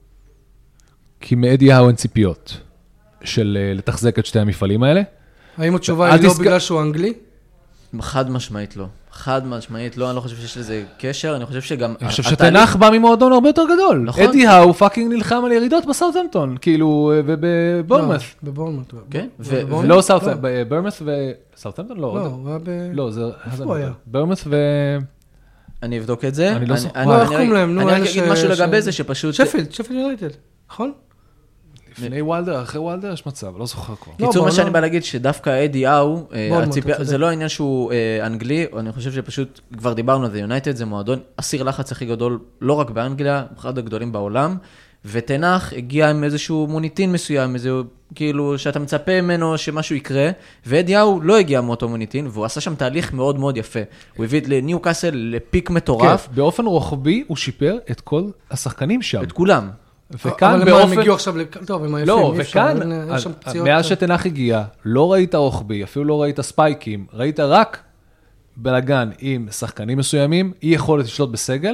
כי מאדי האו אין ציפיות של לתחזק את שתי המפעלים האלה.
האם התשובה היא לא בגלל שהוא אנגלי?
חד משמעית לא. חד משמעית לא, אני לא חושב שיש לזה קשר, אני חושב שגם...
אני חושב שתנח בא ממועדון הרבה יותר גדול. אדי האו פאקינג נלחם על ירידות בסאות'המפטון, כאילו, ובבורנמות'.
בבורנמות'.
כן?
ולא סאות'המפטון, בבורנמות' וסאות'המפטון? לא.
לא, הוא היה ב...
לא, זה...
איפה הוא היה?
בורנמות' ו...
אני אבדוק את זה.
אני לא זוכר.
לא, איך קוראים להם?
אני רק אגיד משהו לגבי זה שפשוט...
שפילד, שפילד יונייטד, נכון?
לפני וולדר, אחרי וולדר יש מצב, לא זוכר כבר.
קיצור, מה שאני בא להגיד, שדווקא אדי האו, זה לא העניין שהוא אנגלי, אני חושב שפשוט, כבר דיברנו על זה, יונייטד זה מועדון, אסיר לחץ הכי גדול, לא רק באנגליה, אחד הגדולים בעולם, ותנח הגיע עם איזשהו מוניטין מסוים, איזשהו, כאילו, שאתה מצפה ממנו שמשהו יקרה, ואדי האו לא הגיע מאותו מוניטין, והוא עשה שם תהליך מאוד מאוד יפה. הוא הביא לניוקאסל לפיק מטורף.
כן, באופן רוחבי הוא שיפר את כל השחקנים שם.
את כולם.
וכאן באופן... הם הגיעו עכשיו, טוב, הם היפים.
לא, וכאן, מאז שתנח הגיע, לא ראית רוחבי, אפילו לא ראית ספייקים, ראית רק בלגן עם שחקנים מסוימים, אי יכולת לשלוט בסגל,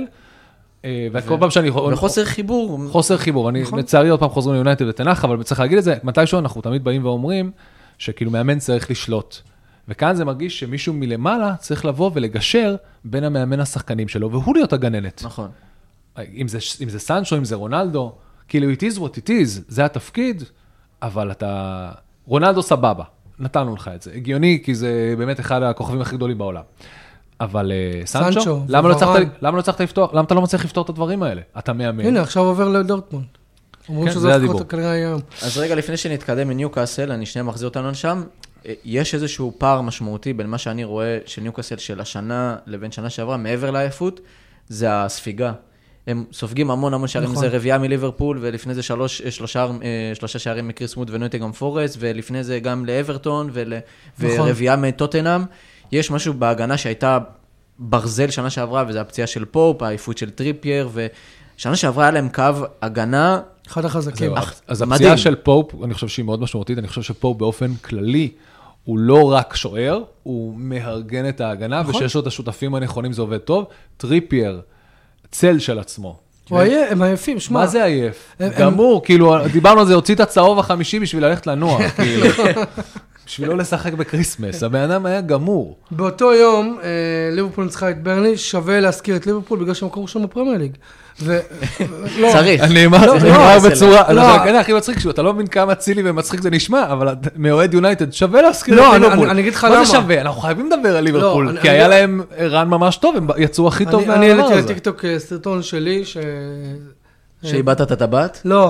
וכל פעם שאני...
וחוסר חיבור.
חוסר חיבור, אני לצערי עוד פעם חוזרים ליונייטד ותנח, אבל צריך להגיד את זה, מתישהו אנחנו תמיד באים ואומרים, שכאילו מאמן צריך לשלוט. וכאן זה מרגיש שמישהו מלמעלה צריך לבוא ולגשר בין המאמן השחקנים שלו, והוא להיות הגננת.
נכון.
אם זה, אם זה סנצ'ו, אם זה רונלדו, כאילו it is what it is, זה התפקיד, אבל אתה... רונלדו סבבה, נתנו לך את זה. הגיוני, כי זה באמת אחד הכוכבים הכי גדולים בעולם. אבל סנצ'ו, למה לא הצלחת לפתור, למה אתה לא מצליח לפתור את הדברים האלה? אתה מאמן.
הנה, עכשיו עובר לדורטמונד. אומרים שזה הפקות כנראה היום.
אז רגע, לפני שנתקדם מניוקאסל, אני שנייה מחזיר אותנו לשם, יש איזשהו פער משמעותי בין מה שאני רואה של ניוקאסל של השנה לבין שנה שעברה, מעבר לעייפות, זה הספיגה. הם סופגים המון המון שערים, זה רביעה מליברפול, ולפני זה שלוש, שלושה, שלושה שערים מקריס מוד ונוטינגהאם פורסט, ולפני זה גם לאברטון, ורביעה מטוטנהאם. יש משהו בהגנה שהייתה ברזל שנה שעברה, וזה הפציעה של פופ, העייפות של טריפייר, ושנה שעברה היה להם קו הגנה...
אחד החזקים.
אז הפציעה של פופ, אני חושב שהיא מאוד משמעותית, אני חושב שפופ באופן כללי, הוא לא רק שוער, הוא מארגן את ההגנה, ושיש לו את השותפים הנכונים, זה עובד טוב. טריפייר, צל של עצמו.
הוא עייף, הם עייפים, שמע.
מה זה עייף? גמור, כאילו, דיברנו על זה, הוציא את הצהוב החמישי בשביל ללכת לנוע, כאילו. בשביל לא לשחק בקריסמס, הבן אדם היה גמור.
באותו יום, ליברפול ניצחה את ברני, שווה להזכיר את ליברפול, בגלל שהם קוראו שם בפרמייר ליג.
צריך.
אני אמר בצורה, זה הכי מצחיק, שאתה לא מבין כמה צילי ומצחיק זה נשמע, אבל מאוהד יונייטד שווה להזכיר את ליברפול.
אני אגיד לך למה.
מה זה שווה? אנחנו חייבים לדבר על ליברפול, כי היה להם רן ממש טוב, הם יצאו הכי טוב מהדבר הזה.
אני העליתי לטיקטוק סרטון שלי, ש...
שאיבדת את הטבעת?
לא.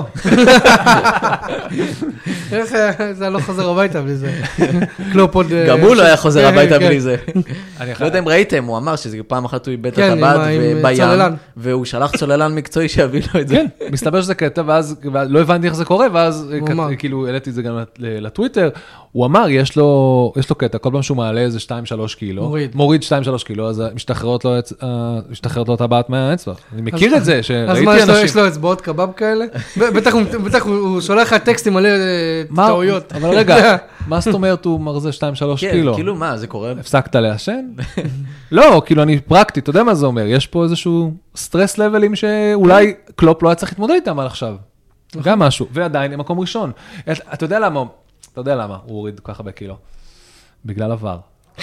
איך זה לא חוזר הביתה בלי זה.
גם הוא לא היה חוזר הביתה בלי זה. לא יודע אם ראיתם, הוא אמר שזה פעם אחת הוא איבד את הטבעת בים, והוא שלח צוללן מקצועי שיביא לו את זה.
כן, מסתבר שזה קטע, ואז לא הבנתי איך זה קורה, ואז כאילו העליתי את זה גם לטוויטר, הוא אמר, יש לו קטע, כל פעם שהוא מעלה איזה שתיים שלוש קילו, מוריד שתיים שלוש קילו, אז משתחררות לו את הטבעת מהאצבע. אני מכיר את זה, שראיתי אנשים...
אצבעות קבב כאלה, בטח הוא שולח לך טקסטים מלא טעויות.
אבל רגע, מה זאת אומרת הוא מרזה שתיים שלוש קילו?
כן, כאילו מה, זה קורה?
הפסקת לעשן? לא, כאילו אני פרקטי, אתה יודע מה זה אומר? יש פה איזשהו סטרס לבלים שאולי קלופ לא היה צריך להתמודד איתם על עכשיו. גם משהו, ועדיין הם מקום ראשון. אתה יודע למה, אתה יודע למה הוא הוריד ככה בקילו? בגלל עבר.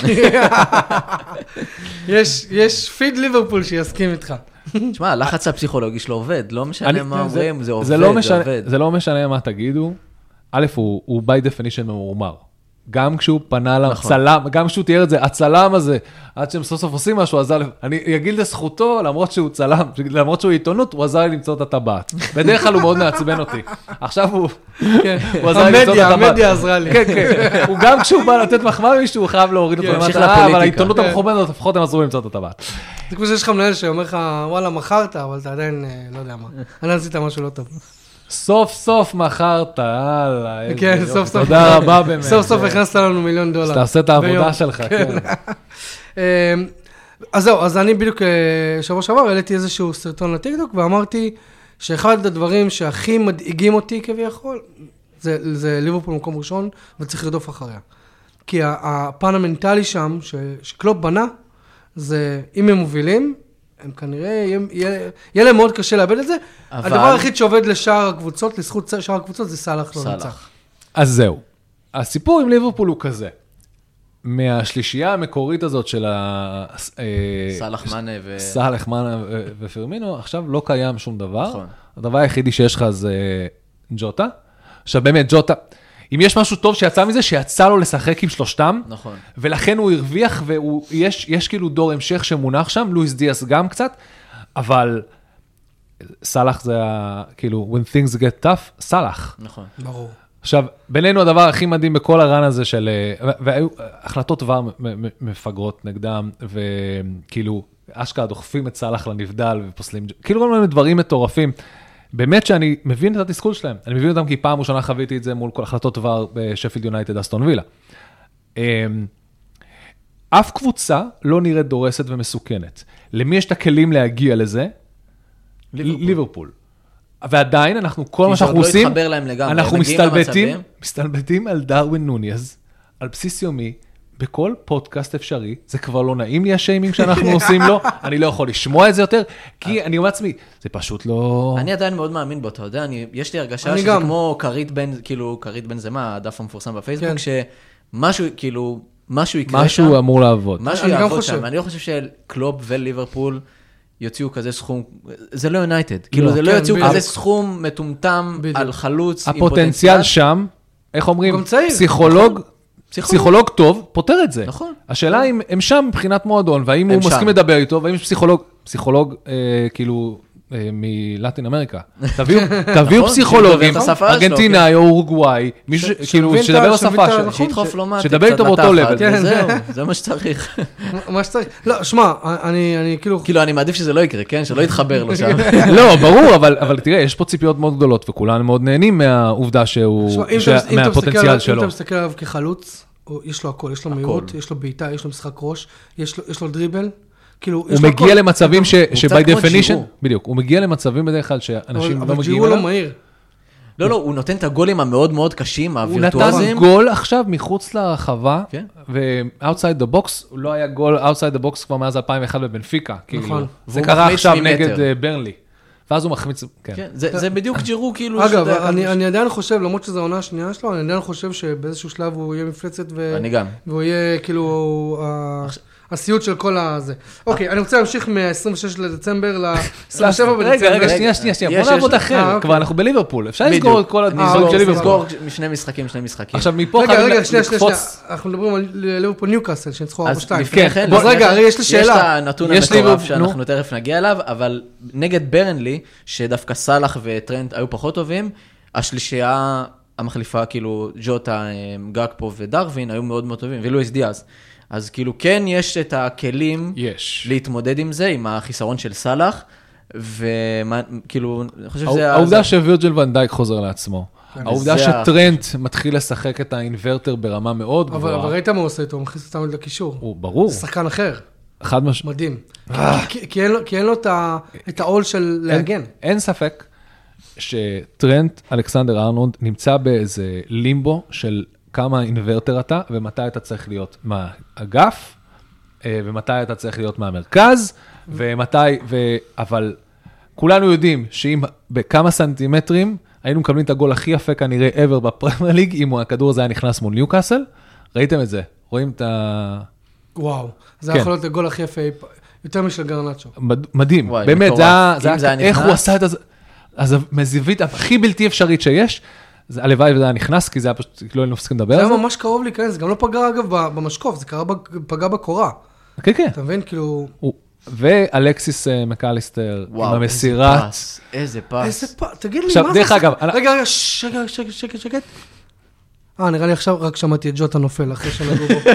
יש פיד ליברפול שיסכים איתך.
תשמע, הלחץ הפסיכולוגי שלו עובד, לא משנה מה אומרים, זה עובד, זה עובד.
זה לא משנה מה תגידו, א', הוא by definition ממורמר. גם כשהוא פנה לצלם, גם כשהוא תיאר את זה, הצלם הזה, עד שהם סוף סוף עושים משהו, אני אגיד לזכותו, למרות שהוא צלם, למרות שהוא עיתונות, הוא עזר לי למצוא את הטבעת. בדרך כלל הוא מאוד מעצבן אותי. עכשיו הוא עזר לי למצוא את הטבעת.
המדיה עזרה לי.
כן, כן. הוא גם כשהוא בא לתת מחמאה מישהו, הוא חייב להוריד אותו למטה, אבל העיתונות המכובדת, לפחות הם עזרו למצוא את הטבעת.
זה כמו שיש לך מנהל שאומר לך, וואלה, מכרת, אבל אתה עדיין, לא יודע מה. אני עשית משהו לא טוב.
סוף סוף מכרת, הלאה.
כן, סוף סוף.
תודה רבה באמת.
סוף סוף הכנסת לנו מיליון דולר.
שתעשה את העבודה שלך, כן.
אז זהו, אז אני בדיוק שבוע שעבר העליתי איזשהו סרטון לטיקטוק, ואמרתי שאחד הדברים שהכי מדאיגים אותי כביכול, זה ליברפול במקום ראשון, וצריך לרדוף אחריה. כי הפן המנטלי שם, שקלופ בנה, זה אם הם מובילים, הם כנראה, יהיה להם מאוד קשה לאבד את זה. הדבר היחיד שעובד לשאר הקבוצות, לזכות שאר הקבוצות, זה סלאח לא נצח.
אז זהו. הסיפור עם ליברפול הוא כזה. מהשלישייה המקורית הזאת של
סלאח מנה ו...
סלאח מנה ופרמינו, עכשיו לא קיים שום דבר. הדבר היחידי שיש לך זה ג'וטה. עכשיו באמת, ג'וטה, אם יש משהו טוב שיצא מזה, שיצא לו לשחק עם שלושתם,
נכון.
ולכן הוא הרוויח, ויש יש כאילו דור המשך שמונח שם, לואיס דיאס גם קצת, אבל סלאח זה כאילו, when things get tough, סלאח.
נכון.
ברור.
עכשיו, בינינו הדבר הכי מדהים בכל הרן הזה של, והיו החלטות דבר מפגרות נגדם, וכאילו, אשכרה דוחפים את סלאח לנבדל, ופוסלים, כאילו כל מיני דברים מטורפים, באמת שאני מבין את התסכול שלהם. אני מבין אותם כי פעם ראשונה חוויתי את זה מול כל החלטות דבר בשפילד יונייטד, אסטון וילה. אף קבוצה לא נראית דורסת ומסוכנת. למי יש את הכלים להגיע לזה? ליברפול. ועדיין אנחנו, כל מה שאנחנו עושים, אנחנו מסתלבטים, מסתלבטים על דרווין נוניז, על בסיס יומי, בכל פודקאסט אפשרי, זה כבר לא נעים לי השיימינג שאנחנו עושים לו, אני לא יכול לשמוע את זה יותר, כי אני אומר לעצמי, זה פשוט לא...
אני עדיין מאוד מאמין בו, אתה יודע, יש לי הרגשה שזה כמו קרית בן, כאילו, קרית בן זה מה, הדף המפורסם בפייסבוק, שמשהו, כאילו, משהו יקרה שם.
משהו אמור לעבוד.
משהו יעבוד שם, אני לא חושב שקלופ וליברפול יוציאו כזה סכום, זה לא יונייטד, כאילו, זה לא יוציאו כזה סכום מטומטם על חלוץ עם פוטנציאל.
הפוטנציאל שם, איך אומרים, פסיכולוג, פסיכולוג טוב פותר את זה.
נכון.
השאלה אם הם שם מבחינת מועדון, והאם הוא מסכים לדבר איתו, והאם יש פסיכולוג, פסיכולוג כאילו מלטין אמריקה. תביאו פסיכולוגים, ארגנטינאי או אורוגוואי, מישהו כאילו שדבר בשפה שלו.
שידחוף לו מעטי
שדבר איתו באותו לבל.
זהו, זה מה שצריך.
מה שצריך. לא, שמע, אני כאילו...
כאילו, אני מעדיף שזה לא יקרה, כן? שלא יתחבר לו שם.
לא, ברור, אבל תראה, יש פה ציפיות מאוד גדולות, וכולנו מאוד נהנים מהעובדה שהוא, מהפוטנציאל שלו.
אם אתה מסתכל עליו כחלוץ, יש לו הכל, יש לו מהירות, יש לו בעיטה, יש לו משחק ראש, יש לו דריבל.
הוא מגיע למצבים שבי דפינישן, בדיוק, הוא מגיע למצבים בדרך כלל שאנשים לא מגיעים
אליו. אבל ג'ירו לא מהיר.
לא, לא, הוא נותן את הגולים המאוד מאוד קשים, הווירטואוזים.
הוא נתן גול עכשיו מחוץ לרחבה, ו-outside the box, הוא לא היה גול outside the box כבר מאז אלפיים ואחת בבנפיקה, כאילו. זה קרה עכשיו נגד ברנלי. ואז הוא מחמיץ, כן.
זה בדיוק ג'ירו, כאילו...
אגב, אני עדיין חושב, למרות שזו העונה השנייה שלו, אני עדיין חושב שבאיזשהו שלב הוא יהיה מפלצת,
אני גם.
והוא יהיה כאילו... הסיוט של כל הזה. אוקיי, אני רוצה להמשיך מה-עשרים ושש לדצמבר ל-עשרים ושבע בדצמבר.
רגע, רגע, שנייה, שנייה, שנייה. בוא נעבוד אחר. כבר אנחנו בליברפול. אפשר לסגור את כל הדיזוג של ליברפול.
לסגור משני משחקים, שני משחקים.
עכשיו, מפה
חייבים לקפוץ... רגע, רגע, שנייה, שנייה. אנחנו מדברים על ליברפול ניוקאסל, שניצחו ארבע שתיים.
כן,
אז רגע, יש לי שאלה.
יש את הנתון המטורף שאנחנו תכף נגיע אליו, אבל נגד ברנלי, שדווקא סלאח וטרנט היו פחות טובים, השלישייה המחליפה, כאילו, ג'וטה, גאקפו ודרווין, היו מאוד מאוד טובים, ולואיס דיאז. אז כאילו כן יש את הכלים
יש.
להתמודד עם זה, עם החיסרון של סלאח, וכאילו, אני חושב שזה...
העובדה שווירג'יל ון דייק חוזר לעצמו, העובדה שטרנט מתחיל לשחק את האינוורטר ברמה מאוד גבוהה.
אבל ראית מה הוא עושה איתו, הוא מכניס אותנו לקישור.
הוא ברור.
זה שחקן אחר.
חד משמעית.
מדהים. כי אין לו את העול של להגן.
אין ספק שטרנט, אלכסנדר ארנולד, נמצא באיזה לימבו של... כמה אינוורטר אתה, ומתי אתה צריך להיות מהאגף, ומתי אתה צריך להיות מהמרכז, ומתי, ו... אבל כולנו יודעים שאם בכמה סנטימטרים, היינו מקבלים את הגול הכי יפה כנראה ever בפרמייר ליג, אם הכדור הזה היה נכנס מול ניוקאסל, ראיתם את זה? רואים את ה...
וואו, זה כן. יכול להיות הגול הכי יפה, יותר משל גרנצ'ו.
מדהים, וואי, באמת, זה, זה, איך הוא עשה את זה, אז מזיווית הכי בלתי אפשרית שיש, הלוואי וזה היה נכנס, כי זה היה פשוט, לא היינו מפסיקים לדבר על זה.
זה היה ממש קרוב להיכנס, זה גם לא פגע אגב במשקוף, זה פגע בקורה.
כן, כן.
אתה מבין, כאילו...
ואלקסיס מקליסטר, עם המסירת.
איזה פס.
איזה פס, תגיד לי, מה זה?
דרך אגב...
רגע, רגע, שקט, שקט, שקט, שקט. אה, נראה לי עכשיו רק שמעתי את ג'וטה נופל אחרי שנגעו בו.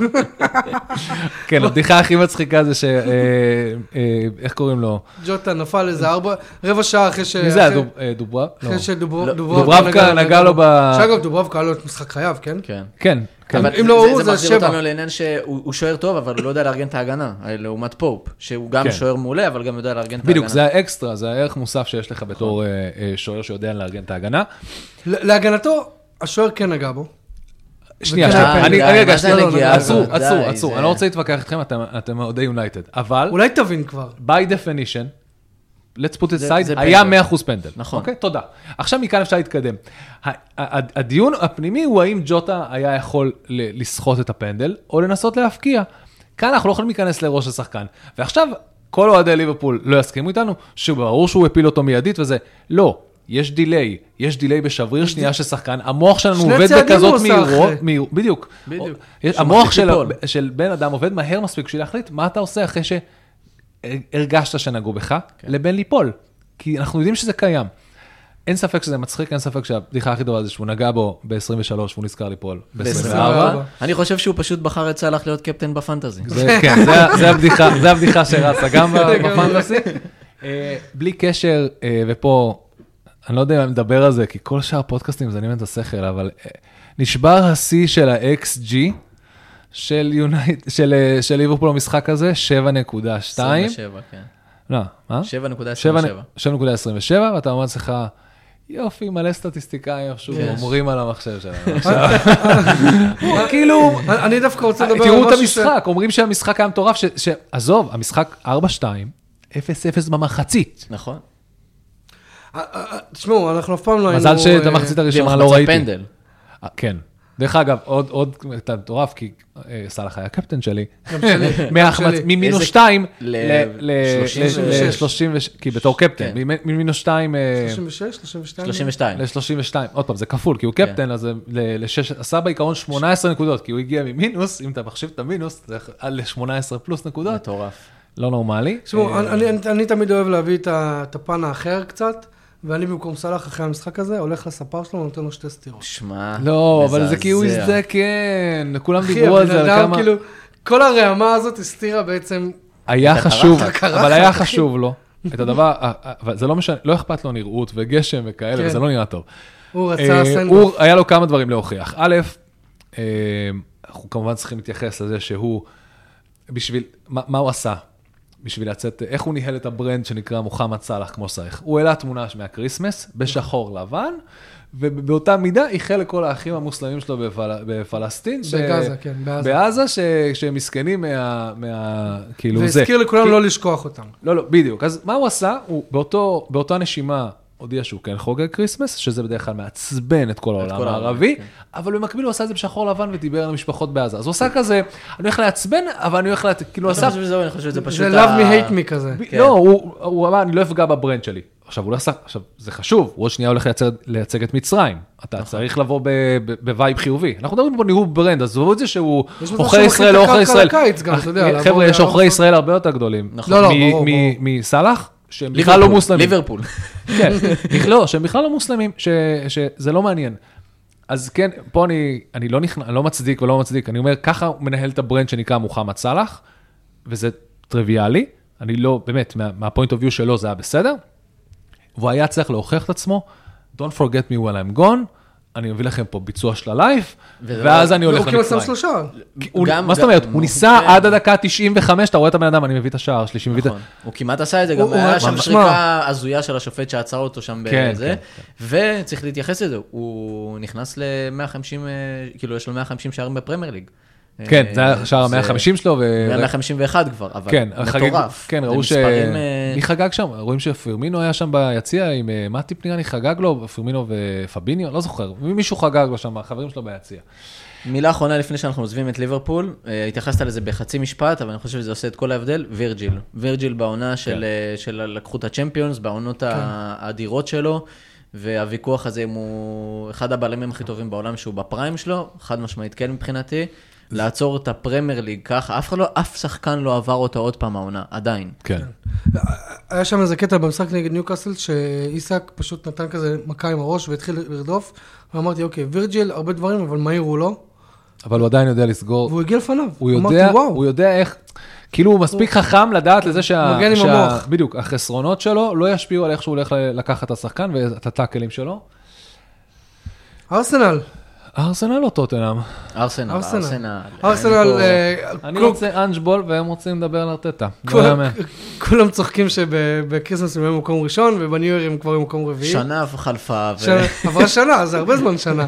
כן, הבדיחה הכי מצחיקה זה ש... איך קוראים לו?
ג'וטה נפל איזה ארבע, רבע שעה אחרי ש...
מי זה היה? דוברה?
אחרי
שדוברבקה נגע לו ב...
שאגב, דוברבקה היה לו את משחק חייו, כן?
כן.
כן.
אבל אם לא הוא, זה
מחזיר
שבע.
אותנו לעניין שהוא שוער טוב, אבל הוא לא יודע לארגן את ההגנה, לעומת פופ, שהוא גם שוער מעולה, אבל גם יודע לארגן את ההגנה.
בדיוק, זה האקסטרה, זה הערך מוסף שיש לך בתור שוער שיודע לארגן את ההגנה.
להגנתו, השוער כן נגע בו.
שנייה, אני רגע, עצרו, עצרו, עצרו, אני לא רוצה להתווכח איתכם, אתם אוהדי יונייטד, אבל...
אולי תבין כבר.
by definition, let's put it aside, היה מאה אחוז פנדל.
נכון.
אוקיי, תודה. עכשיו מכאן אפשר להתקדם. הדיון הפנימי הוא האם ג'וטה היה יכול לסחוט את הפנדל, או לנסות להפקיע. כאן אנחנו לא יכולים להיכנס לראש השחקן. ועכשיו, כל אוהדי ליברפול לא יסכימו איתנו, שברור שהוא הפיל אותו מיידית וזה, לא. יש דיליי, יש דיליי בשבריר שנייה של שחקן, המוח שלנו עובד בכזאת מהירות, בדיוק. המוח של בן אדם עובד מהר מספיק בשביל להחליט מה אתה עושה אחרי שהרגשת שנגעו בך, לבין ליפול. כי אנחנו יודעים שזה קיים. אין ספק שזה מצחיק, אין ספק שהבדיחה הכי טובה זה שהוא נגע בו ב-עשרים ושלוש, והוא נזכר ליפול ב-עשרים וארבע.
אני חושב שהוא פשוט בחר את סלאח להיות קפטן בפנטזי.
כן, זה הבדיחה שרצה גם בפנטזי. בלי קשר, ופה... אני לא יודע אם אני מדבר על זה, כי כל שאר פודקאסטים מזנים את השכל, אבל נשבר השיא של ה-אקס ג'י של יונייטד, של, של ליברפול במשחק הזה, שבע נקודה שתיים.
עשרים ושבע, כן.
לא, מה?
שבע נקודה עשרים ושבע.
שבע נקודה עשרים ושבע, ואתה אומר לך, יופי, מלא סטטיסטיקאים, שוב, אומרים על המחשב שלנו.
כאילו, אני דווקא רוצה לדבר על
משהו ש... תראו את המשחק, אומרים שהמשחק היה מטורף, שעזוב, המשחק ארבע שתיים, אפס אפס במחצית.
נכון.
תשמעו, אנחנו אף פעם לא היינו...
מזל שאת המחצית הראשונה לא ראיתי.
פנדל.
כן. דרך אגב, עוד אתה מטורף, כי סלאח היה קפטן שלי.
גם שלי.
ממינוס שתיים ל-שלושים, כי בתור קפטן, ממינוס שתיים...
שלושים ושש, שלושים ושתיים?
שלושים ושתיים.
ל-שלושים ושתיים, עוד פעם, זה כפול, כי הוא קפטן, אז עשה בעיקרון שמונה עשרה נקודות, כי הוא הגיע ממינוס, אם אתה מחשיב את המינוס, זה עד ל-שמונה עשרה פלוס נקודות.
מטורף.
לא נורמלי.
תשמעו, אני תמיד אוהב להביא את הפן האחר קצת, ואני במקום סלאח אחרי המשחק הזה, הולך לספר שלו ונותן לו שתי סטירות.
שמע,
לא, אבל זה כי הוא הזדקן, כולם דיברו על זה, על כמה...
כאילו, כל הרעמה הזאת הסתירה בעצם...
היה חשוב, אבל היה חשוב לו, את הדבר, אבל זה לא משנה, לא אכפת לו נראות וגשם וכאלה, וזה לא נראה טוב.
הוא רצה סנדוף.
הוא, היה לו כמה דברים להוכיח. א', אנחנו כמובן צריכים להתייחס לזה שהוא, בשביל, מה הוא עשה? בשביל לצאת, איך הוא ניהל את הברנד שנקרא מוחמד סלאח כמו סייך. הוא העלה תמונה מהקריסמס, בשחור לבן, ובאותה מידה איחל לכל האחים המוסלמים שלו בפלסטין.
בגזה, כן, בעזה.
בעזה, שהם מסכנים מה... כאילו זה.
והזכיר לכולם לא לשכוח אותם.
לא, לא, בדיוק. אז מה הוא עשה? הוא באותה נשימה הודיע שהוא כן חוגג קריסמס, שזה בדרך כלל מעצבן את כל העולם הערבי, אבל במקביל הוא עשה את זה בשחור לבן ודיבר על המשפחות בעזה. אז הוא עשה כזה, אני הולך לעצבן, אבל אני הולך לעצבן, כאילו עשה...
אני חושב שזה פשוט...
זה love me hate me כזה.
לא, הוא אמר, אני לא אפגע בברנד שלי. עכשיו, הוא לא עשה, עכשיו, זה חשוב, הוא עוד שנייה הולך לייצג את מצרים. אתה צריך לבוא בווייב חיובי. אנחנו מדברים פה ניהול ברנד, אז זו את זה שהוא עוכר ישראל, לא עוכר ישראל. חבר'ה, יש עוכרי ישראל הרבה יותר גדולים.
לא, לא, ברור.
מסלאח? שהם בכלל לא מוסלמים.
ליברפול.
כן, לא, שהם בכלל לא מוסלמים, שזה לא מעניין. אז כן, פה אני, אני לא נכנע, אני לא מצדיק ולא מצדיק, אני אומר, ככה הוא מנהל את הברנד שנקרא מוחמד סלאח, וזה טריוויאלי, אני לא, באמת, מהפוינט אוף ויו שלו זה היה בסדר, והוא היה צריך להוכיח את עצמו, Don't forget me when I'm gone, אני מביא לכם פה ביצוע של הלייב, ואז אני הולך למצרים.
הוא כמעט
שלושה. מה זאת אומרת? הוא ניסה עד הדקה תשעים וחמש, אתה רואה את הבן אדם, אני מביא את השער שלי, שמביא את...
נכון, הוא כמעט עשה את זה, גם היה שם שריקה הזויה של השופט שעצר אותו שם בזה, וצריך להתייחס לזה, הוא נכנס ל-מאה וחמישים, כאילו יש לו מאה וחמישים שערים בפרמייר ליג.
כן, זה היה שער ה-מאה וחמישים שלו.
מאה וחמישים ואחת כבר, אבל מטורף.
כן, ראו ש... מי חגג שם? רואים שפרמינו היה שם ביציע עם מטיפ נראה, אני חגג לו, פרמינו ופביניו, לא זוכר, מישהו חגג לו שם, החברים שלו ביציע.
מילה אחרונה לפני שאנחנו עוזבים את ליברפול, התייחסת לזה בחצי משפט, אבל אני חושב שזה עושה את כל ההבדל, וירג'יל. וירג'יל בעונה של לקחו את הצ'מפיונס, בעונות האדירות שלו, והוויכוח הזה הוא אחד הבלמים הכי טובים בעולם שהוא בפריים שלו, חד משמעית כן מבחינתי. לעצור את הפרמייר ליג ככה, אף אחד לא, אף שחקן לא עבר אותה עוד פעם העונה, עדיין.
כן.
היה שם איזה קטע במשחק נגד ניוקאסל, שאיסק פשוט נתן כזה מכה עם הראש והתחיל לרדוף, ואמרתי, אוקיי, וירג'יל, הרבה דברים, אבל מהיר הוא לא.
אבל הוא עדיין יודע לסגור.
והוא הגיע לפניו.
הוא יודע, הוא יודע איך, כאילו הוא מספיק חכם לדעת לזה שה...
מגן עם המוח.
בדיוק, החסרונות שלו לא ישפיעו על איך שהוא הולך לקחת את השחקן ואת הטאקלים שלו.
ארסנל.
ארסנל לא טוטנהאם.
ארסנל, ארסנל.
ארסנל,
אני רוצה אנג'בול והם רוצים לדבר על ארטטה.
כולם צוחקים שבקריסמס הם מקום ראשון ובניו ייר הם כבר במקום רביעי.
שנה חלפה.
עברה שנה, זה הרבה זמן שנה.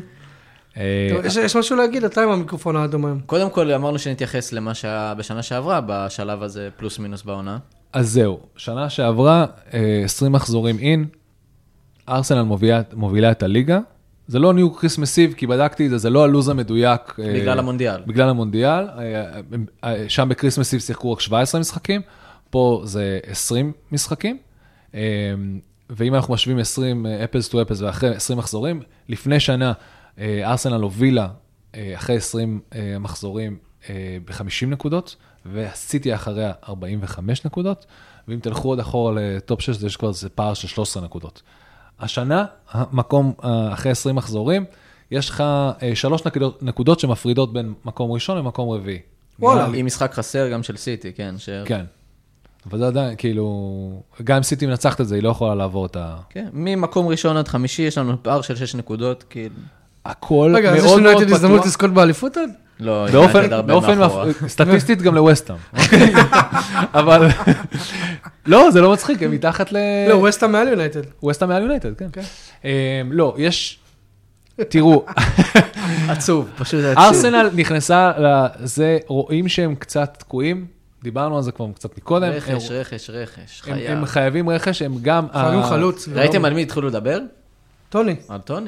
יש משהו להגיד, אתה עם המיקרופון האדום היום.
קודם כל אמרנו שנתייחס למה שהיה בשנה שעברה, בשלב הזה פלוס מינוס בעונה.
אז זהו, שנה שעברה, עשרים מחזורים אין, ארסנל מובילה את הליגה, זה לא ניו קריסמסיב, כי בדקתי את זה, זה לא הלוז המדויק.
בגלל המונדיאל.
בגלל המונדיאל, שם בקריסמסיב שיחקו רק שבעה עשר משחקים, פה זה עשרים משחקים, ואם אנחנו משווים עשרים אפלס טו אפלס ואחרי עשרים מחזורים, לפני שנה ארסנל הובילה אחרי עשרים מחזורים ב-חמישים נקודות, והסיטי אחריה ארבעים וחמש נקודות, ואם תלכו עוד אחורה לטופ שש, יש כבר זה פער של שלוש עשרה נקודות. השנה, מקום אחרי עשרים מחזורים, יש לך שלוש נקודות שמפרידות בין מקום ראשון למקום רביעי.
וואלה. עם משחק חסר גם של סיטי, כן.
כן. אבל זה עדיין, כאילו, גם אם סיטי מנצחת את זה, היא לא יכולה לעבור את ה...
כן, ממקום ראשון עד חמישי, יש לנו פער של שש נקודות, כאילו...
הכל מאוד מאוד
פתוח. רגע, אז יש לנו את הזדמנות לזכות באליפות עד?
לא,
באופן סטטיסטית גם לווסטהאם. אבל לא, זה לא מצחיק, הם מתחת ל...
לא, ווסטהאם מעל יונייטד.
ווסטהאם מעל יונייטד, כן. לא, יש... תראו.
עצוב, פשוט עצוב.
ארסנל נכנסה לזה, רואים שהם קצת תקועים, דיברנו על זה כבר קצת מקודם.
רכש, רכש, רכש, חייב.
הם חייבים רכש, הם גם...
חייבים חלוץ.
ראיתם על מי התחילו לדבר?
טוני.
על טוני.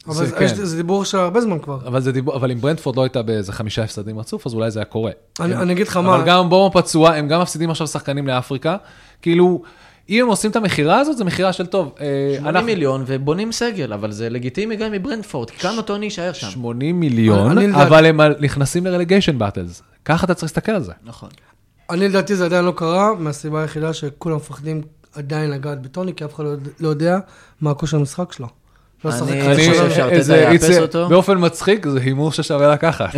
אבל זה דיבור של הרבה זמן כבר.
אבל אם ברנטפורד לא הייתה באיזה חמישה הפסדים רצוף, אז אולי זה היה קורה.
אני אגיד לך מה...
אבל גם בומו פצוע, הם גם מפסידים עכשיו שחקנים לאפריקה. כאילו, אם הם עושים את המחירה הזאת, זה מחירה של טוב.
שמונים מיליון ובונים סגל, אבל זה לגיטימי גם מברנטפורד, כי כמה טוני יישאר שם.
שמונים מיליון, אבל הם נכנסים לרליגיישן באטלס. ככה אתה צריך להסתכל על זה.
נכון.
אני לדעתי זה עדיין לא קרה, מהסיבה היחידה שכולם מפחדים עדיין לגעת בטוני, כי אף אחד לא יודע מה הכושר המשחק שלו.
אני חושב שארטטה יאפס אותו.
באופן מצחיק, זה הימור ששווה לקחת.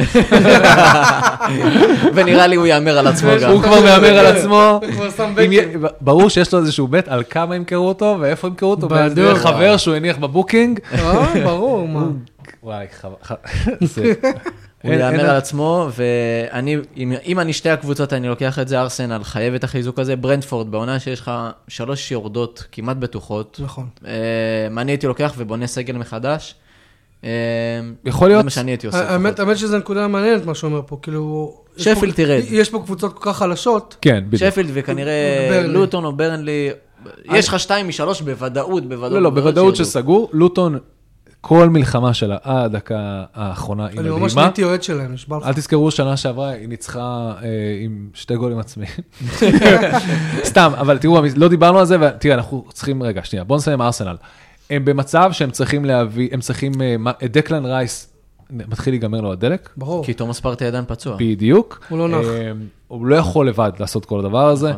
ונראה לי הוא יאמר על עצמו גם.
הוא כבר מאמר על עצמו. ברור שיש לו איזשהו בית על כמה ימכרו אותו, ואיפה ימכרו אותו, באיזה חבר שהוא הניח בבוקינג.
ברור, מה.
וואי, חבר.
הוא יאמר על עצמו, ואם אני שתי הקבוצות, אני לוקח את זה, ארסנל חייב את החיזוק הזה, ברנטפורד, בעונה שיש לך שלוש יורדות כמעט בטוחות.
נכון.
מה אני הייתי לוקח ובונה סגל מחדש?
יכול להיות.
זה מה שאני הייתי עושה.
האמת שזה נקודה מעניינת מה שאומר פה, כאילו...
שפילד תרד.
יש פה קבוצות כל כך חלשות.
כן, בדיוק.
שפילד וכנראה לוטון או ברנלי, יש לך שתיים משלוש בוודאות, בוודאות.
לא, לא, בוודאות שסגור. לוטון, כל מלחמה שלה עד הדקה האחרונה היא מדהימה.
אני ממש נהייתי אוהד שלהם, נשבע לך.
אל תזכרו, שנה שעברה היא ניצחה עם שתי גולים עצמיים. סתם, אבל תראו, לא דיברנו על זה, ותראה, אנחנו צריכים, רגע, שנייה, בואו נסיים עם ארסנל. הם במצב שהם צריכים להביא, הם צריכים, דקלן רייס, מתחיל להיגמר לו הדלק.
ברור.
כי תומאס פרטי עדיין פצוע.
בדיוק.
הוא לא נח.
הוא לא יכול לבד לעשות כל הדבר הזה.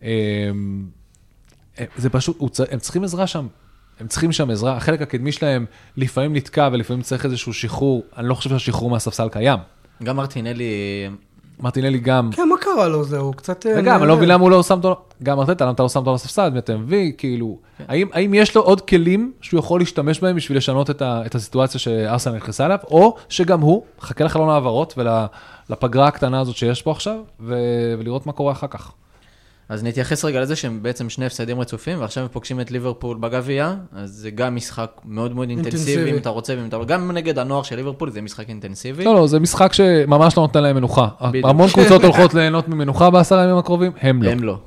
זה פשוט, הם צריכים עזרה שם. הם צריכים שם עזרה, החלק הקדמי שלהם לפעמים נתקע ולפעמים צריך איזשהו שחרור, אני לא חושב שהשחרור מהספסל קיים.
גם מרטינלי...
מרטינלי גם...
כן, מה קרה לו זה? הוא קצת...
וגם, אני לא מבין למה הוא לא שם אותו... גם ארטטה, למה אתה לא שם אותו לספסל, מי אתה מביא, כאילו... האם יש לו עוד כלים שהוא יכול להשתמש בהם בשביל לשנות את הסיטואציה שארסנל נכנסה אליו, או שגם הוא חכה לחלון העברות ולפגרה הקטנה הזאת שיש פה עכשיו, ולראות מה קורה אחר כך.
אז נתייחס רגע לזה שהם בעצם שני הפסדים רצופים, ועכשיו הם פוגשים את ליברפול בגביע, אז זה גם משחק מאוד מאוד אינטנסיבי, אם אתה רוצה, גם נגד הנוער של ליברפול זה משחק אינטנסיבי.
לא, לא, זה משחק שממש לא נותן להם מנוחה. המון קבוצות הולכות ליהנות ממנוחה בעשרה ימים הקרובים, הם לא.
הם לא.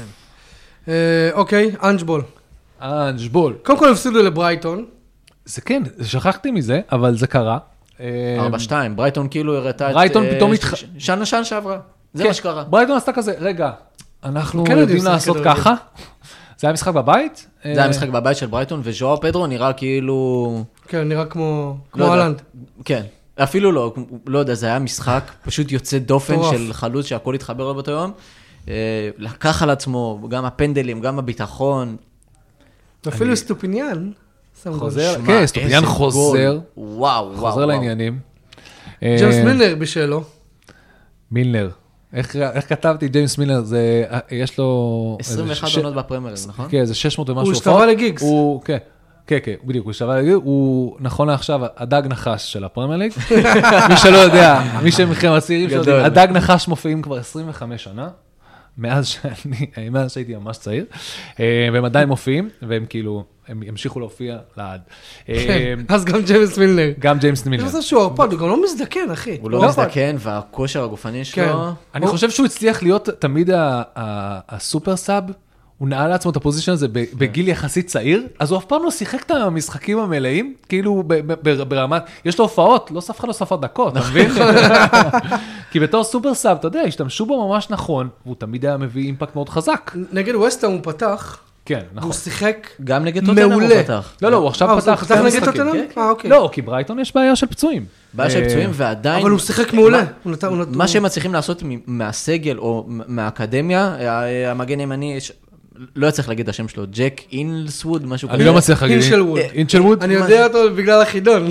אוקיי, אנג'בול.
אנג'בול.
קודם כל הפסידו לברייטון.
זה כן, שכחתי מזה, אבל זה קרה.
ארבע שתיים, ברייטון כאילו הראתה את...
ברייטון פתאום התח...
שנה שנה שעברה, זה מה שקרה.
ברייטון עשתה כזה, רגע, אנחנו יודעים לעשות ככה. זה היה משחק בבית?
זה היה משחק בבית של ברייטון, וז'ואר פדרו נראה כאילו...
כן, נראה כמו הולנד.
כן, אפילו לא, לא יודע, זה היה משחק פשוט יוצא דופן של חלוץ שהכל התחבר לו באותו יום. לקח על עצמו, גם הפנדלים, גם הביטחון.
ואפילו סטופיניאן.
חוזר, כן, סטופיניאן חוזר.
וואו, וואו.
חוזר לעניינים.
ג'יימס מילנר בשלו.
מילנר. איך, איך כתבתי, ג'יימס מילנר, זה, יש לו...
עשרים ואחת עונות בפרמייר, נכון?
כן, זה שש מאות ומשהו.
הוא השתווה לגיגס.
הוא, כן, כן, כן, בדיוק, הוא השתווה לגיגס. הוא, נכון לעכשיו, הדג נחש של הפרמייר ליג. מי שלא יודע, מי שמכם הצעירים שלו, הדג נחש מופיעים כבר עשרים וחמש שנה, מאז שאני, מאז שהייתי ממש צעיר, והם עדיין מופיעים, והם כאילו, הם ימשיכו להופיע לעד.
אז גם ג'יימס מילנר.
גם ג'יימס מילנר.
זה שהוא ארפד, הוא גם לא מזדקן, אחי.
הוא לא מזדקן, והכושר הגופני שלו...
אני חושב שהוא הצליח להיות תמיד הסופר סאב, הוא נעל לעצמו את הפוזיציה הזה בגיל יחסית צעיר, אז הוא אף פעם לא שיחק את המשחקים המלאים, כאילו ברמת, יש לו הופעות, לא ספחה לו ספר דקות, אתה מבין? כי בתור סופר סאב, אתה יודע, השתמשו בו ממש נכון, והוא תמיד היה מביא אימפקט מאוד חזק.
נגד ווסטהאם הוא פתח,
כן, נכון.
הוא שיחק
גם נגד טוטנהאם הוא פתח.
לא, לא, הוא עכשיו פתח.
הוא פתח נגד טוטנהאם? אה, אוקיי.
לא, כי ברייטון יש בעיה של פצועים.
בעיה של פצועים ועדיין...
אבל הוא שיחק מעולה.
מה שהם מצליחים לעשות מהסגל או מהאקדמיה, המגן ימני, לא צריך להגיד את השם שלו, ג'ק אינלסווד, משהו כזה.
אני לא מצליח להגיד.
אינשלווד.
אינשלווד?
אני יודע אותו בגלל החידון.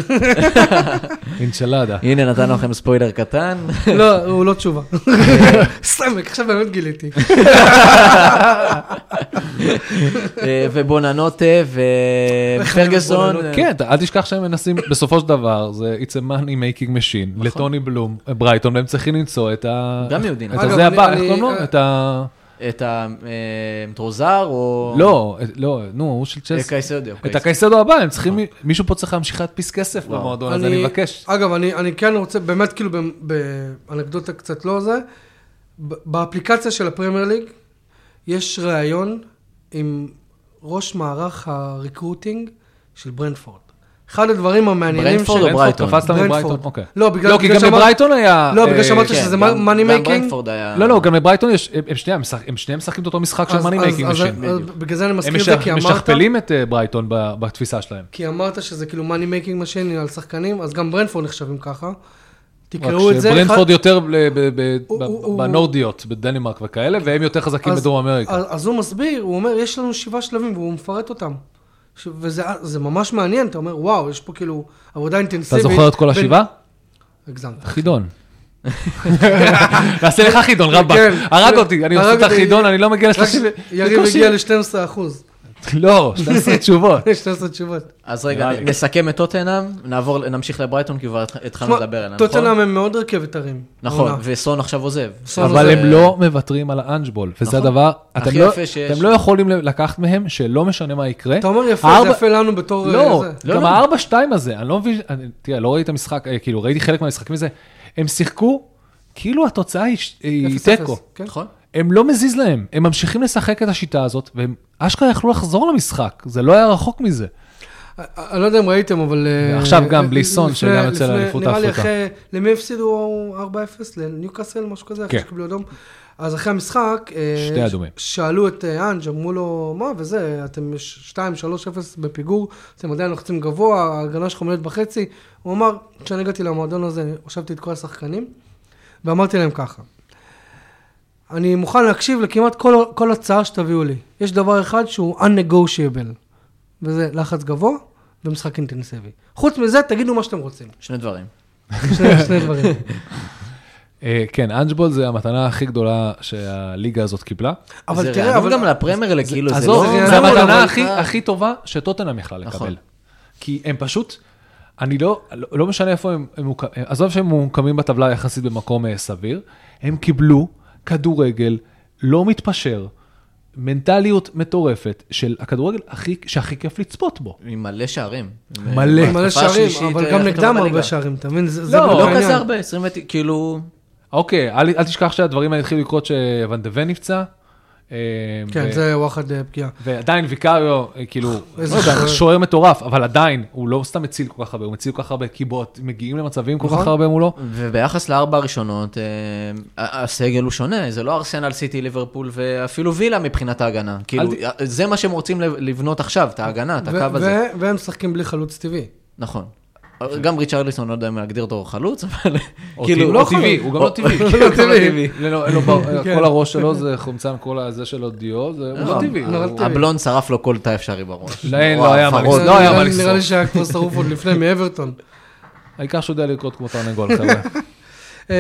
אינשלדה.
הנה נתנו לכם ספוילר קטן.
לא, הוא לא תשובה. סמק, עכשיו באמת גיליתי.
ובוננוטה ופרגסון.
כן, אל תשכח שהם מנסים, בסופו של דבר, זה it's a money making machine, לטוני בלום, ברייטון, והם צריכים למצוא את ה...
גם יהודים.
את זה הבא, איך קוראים לו? את ה...
את הטרוזר או...
לא, לא, נו, הוא של צ'לסי.
קייסדו.
את הקייסדו הבא, הם צריכים, מישהו פה צריך להמשיך להדפיס כסף במועדון, אז אני מבקש.
אגב, אני כן רוצה, באמת כאילו באנקדוטה קצת לא זה, באפליקציה של הפרמייר ליג, יש ראיון עם ראש מערך הריקרוטינג של ברנטפורד. אחד הדברים המעניינים...
ברנפורד או ברייטון?
קפצת מברייטון, אוקיי.
לא,
בגלל... לא, כי גם לברייטון היה...
לא, בגלל שאמרת שזה מאני מייקינג.
לא, לא, גם לברייטון יש... הם שניהם משחקים את אותו משחק של מאני מייקינג משין.
בגלל זה אני מזכיר את זה, כי אמרת...
הם משכפלים את ברייטון בתפיסה שלהם.
כי אמרת שזה כאילו מאני מייקינג משין על שחקנים, אז גם ברנפורד נחשבים ככה. תקראו את זה.
ברנפורד יותר בנורדיות, בדנמרק וכאלה, והם יותר חזקים בדרום אמריקה.
אז הוא מסביר, הוא אומר, יש לנו שבעה שלבים, והוא מפרט אותם. וזה ממש מעניין, אתה אומר, וואו, יש פה כאילו עבודה אינטנסיבית.
אתה זוכר את כל השבעה?
הגזמת.
חידון. נעשה לך חידון, רבק. הרג אותי, אני עושה את החידון, אני לא מגיע ל-שלושים.
יריב הגיע ל-שנים עשר אחוז.
לא, שתים עשרה תשובות.
שתים עשרה תשובות.
אז רגע, נסכם את טוטנהאם, נעבור, נמשיך לברייטון, כי כבר התחלנו לדבר עליהם,
נכון? טוטנהאם הם מאוד רכבת הרים.
נכון, וסון עכשיו עוזב.
אבל הם לא מוותרים על האנג'בול, וזה הדבר, אתם לא יכולים לקחת מהם, שלא משנה מה יקרה.
אתה אומר יפה, זה יפה לנו בתור...
לא, גם ה-ארבע שתיים הזה, אני לא מבין, תראה, לא ראיתי את המשחק, כאילו, ראיתי חלק מהמשחקים מזה, הם שיחקו, כאילו התוצאה היא טקו.
נכון.
הם לא מזיז להם, הם ממשיכים לשחק את השיטה הזאת, והם אשכרה יכלו לחזור למשחק, זה לא היה רחוק מזה.
אני לא יודע אם ראיתם, אבל...
עכשיו גם בלי סון, שגם יוצא לאליפות
נראה לי
אפריקה.
אחרי, למי הפסידו ארבע אפס? לניוקאסל, משהו כזה, אחרי שקיבלו אדום. אז אחרי המשחק, שאלו את אנג', אמרו לו, מה, וזה, אתם שתיים שלוש אפס בפיגור, אתם עדיין לוחצים גבוה, ההגנה שלך עומדת בחצי. הוא אמר, כשאני הגעתי למועדון הזה, הושבתי את כל השחקנים, ואמרתי להם ככה, אני מוכן להקשיב לכמעט כל, כל הצעה שתביאו לי. יש דבר אחד שהוא unnegotiable, וזה לחץ גבוה ומשחק אינטנסיבי. חוץ מזה, תגידו מה שאתם רוצים.
שני דברים.
שני, שני דברים.
כן, אנג'בול זה המתנה הכי גדולה שהליגה הזאת קיבלה.
אבל תראה, אבל גם לפרמייר, כאילו, זה
לא... זה המתנה הכי טובה שטוטנהאם יכלה לקבל. כי הם פשוט, אני לא, לא משנה איפה הם, עזוב שהם מוקמים בטבלה יחסית במקום סביר, הם קיבלו כדורגל לא מתפשר, מנטליות מטורפת של הכדורגל הכי, שהכי כיף לצפות בו.
עם מלא שערים.
מלא. מלא שערים, אבל גם נגדם הרבה שערים, אתה מבין?
לא כזה הרבה, עשרים כאילו...
אוקיי, אל תשכח שהדברים האלה התחילו לקרות שוון דוון נפצע.
כן, זה וואחד פגיעה.
ועדיין ויקריו, כאילו, שוער מטורף, אבל עדיין, הוא לא סתם מציל כל כך הרבה, הוא מציל כל כך הרבה קיבות, מגיעים למצבים כל כך הרבה מולו.
וביחס לארבע הראשונות, הסגל הוא שונה, זה לא ארסנל, סיטי, ליברפול, ואפילו וילה מבחינת ההגנה. כאילו, זה מה שהם רוצים לבנות עכשיו, את ההגנה, את הקו הזה.
והם משחקים בלי חלוץ טבעי.
נכון. גם ריצ'רליסון, לא יודע אם להגדיר אותו חלוץ, אבל...
כאילו, לא טבעי, הוא גם לא טבעי. לא טבעי. כל הראש שלו זה חומצן, כל הזה שלו דיו, זה לא טבעי.
הבלון שרף לו כל תא אפשרי בראש.
לא היה מה לשרוף.
נראה לי שהיה כמו שרוף עוד לפני מאברטון.
העיקר שהוא יודע לקרות כמו תרנגול, חבר'ה.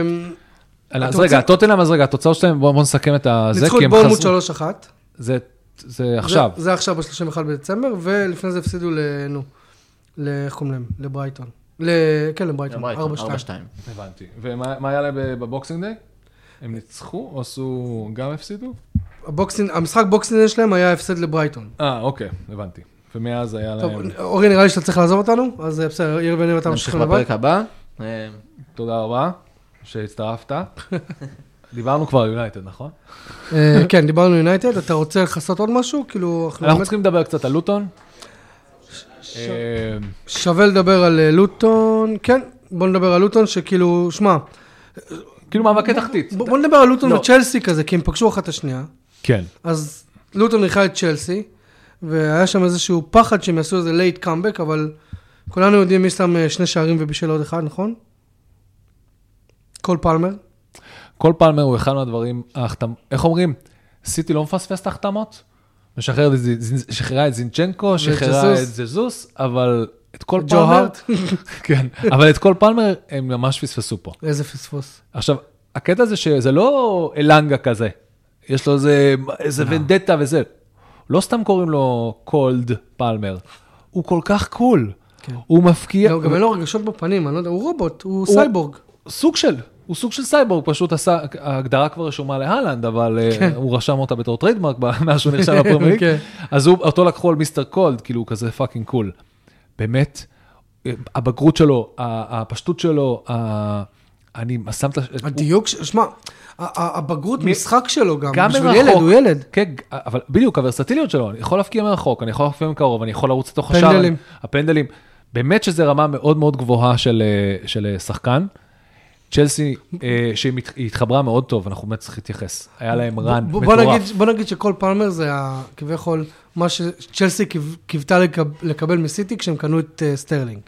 אז רגע, טוטנהאם, אז רגע, התוצאות שלהם, בואו נסכם את זה.
ניצחו את בורנמוט שלוש אחת.
זה עכשיו.
זה עכשיו ב-שלושים ואחד בדצמבר, ולפני זה הפסידו לנו. איך קוראים להם? לברייטון. כן, לברייטון. ארבע שתיים.
הבנתי. ומה היה להם בבוקסינג דיי? הם ניצחו או עשו גם הפסידו?
המשחק בוקסינג שלהם היה הפסד לברייטון.
אה, אוקיי, הבנתי. ומאז היה להם...
אורי, נראה לי שאתה צריך לעזוב אותנו, אז בסדר, יריב ואני ואתה ממשיכים לבד.
נמשיך בפרק הבא.
תודה רבה שהצטרפת. דיברנו כבר על יונייטד, נכון?
כן, דיברנו על יונייטד. אתה רוצה לחסות עוד משהו?
אנחנו צריכים לדבר קצת על לוטון.
שווה לדבר על לוטון, כן, בוא נדבר על לוטון שכאילו, שמה,
כאילו מאבקי תחתית.
בוא נדבר על לוטון וצ'לסי כזה, כי הם פגשו אחת השנייה.
כן.
אז לוטון ניחה את צ'לסי, והיה שם איזשהו פחד שהם יעשו איזה לייט קאמבק, אבל כולנו יודעים מי שם שני שערים ובישל עוד אחד, נכון? קול פלמר.
קול פלמר הוא אחד מהדברים, איך אומרים? סיטי לא מפספס את ההחתמות? שחררה את זינצ'נקו, שחררה את זזוס, אבל את כל פלמר, כן, אבל את כל פלמר הם ממש פספסו פה.
איזה פספוס.
עכשיו, הקטע זה שזה לא אלנגה כזה, יש לו איזה ונדטה וזה, לא סתם קוראים לו קולד פלמר, הוא כל כך קול, הוא מפקיע.
גם אין לו רגשות בפנים, אני לא יודע, הוא רובוט, הוא סייבורג.
סוג של. הוא סוג של סייבורג, פשוט עשה, ההגדרה כבר רשומה להלנד, אבל הוא רשם אותה בתור טריידמרק, מאז שהוא נרשם לפרמייר ליג, אז אותו לקחו על מיסטר קולד, כאילו הוא כזה פאקינג קול. באמת, הבגרות שלו, הפשטות שלו, אני שם את...
הדיוק, שמע, הבגרות משחק שלו גם, בשביל ילד, הוא ילד.
כן, אבל בדיוק, הוורסטיליות שלו, אני יכול להפקיע מרחוק, אני יכול להפקיע מקרוב, אני יכול לרוץ לתוך השער, הפנדלים, באמת שזה רמה מאוד מאוד גבוהה של, של שחקן. צ'לסי, שהיא התחברה מאוד טוב, אנחנו באמת צריך להתייחס. היה להם רן מטורף.
בוא נגיד שכל פלמר זה כביכול מה שצ'לסי קיוותה לקבל מסיטי כשהם קנו את סטרלינג.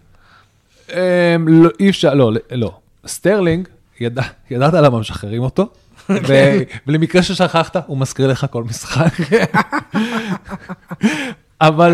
אי אפשר, לא, לא. סטרלינג, ידעת למה משחררים אותו, ולמקרה ששכחת, הוא מזכיר לך כל משחק. אבל,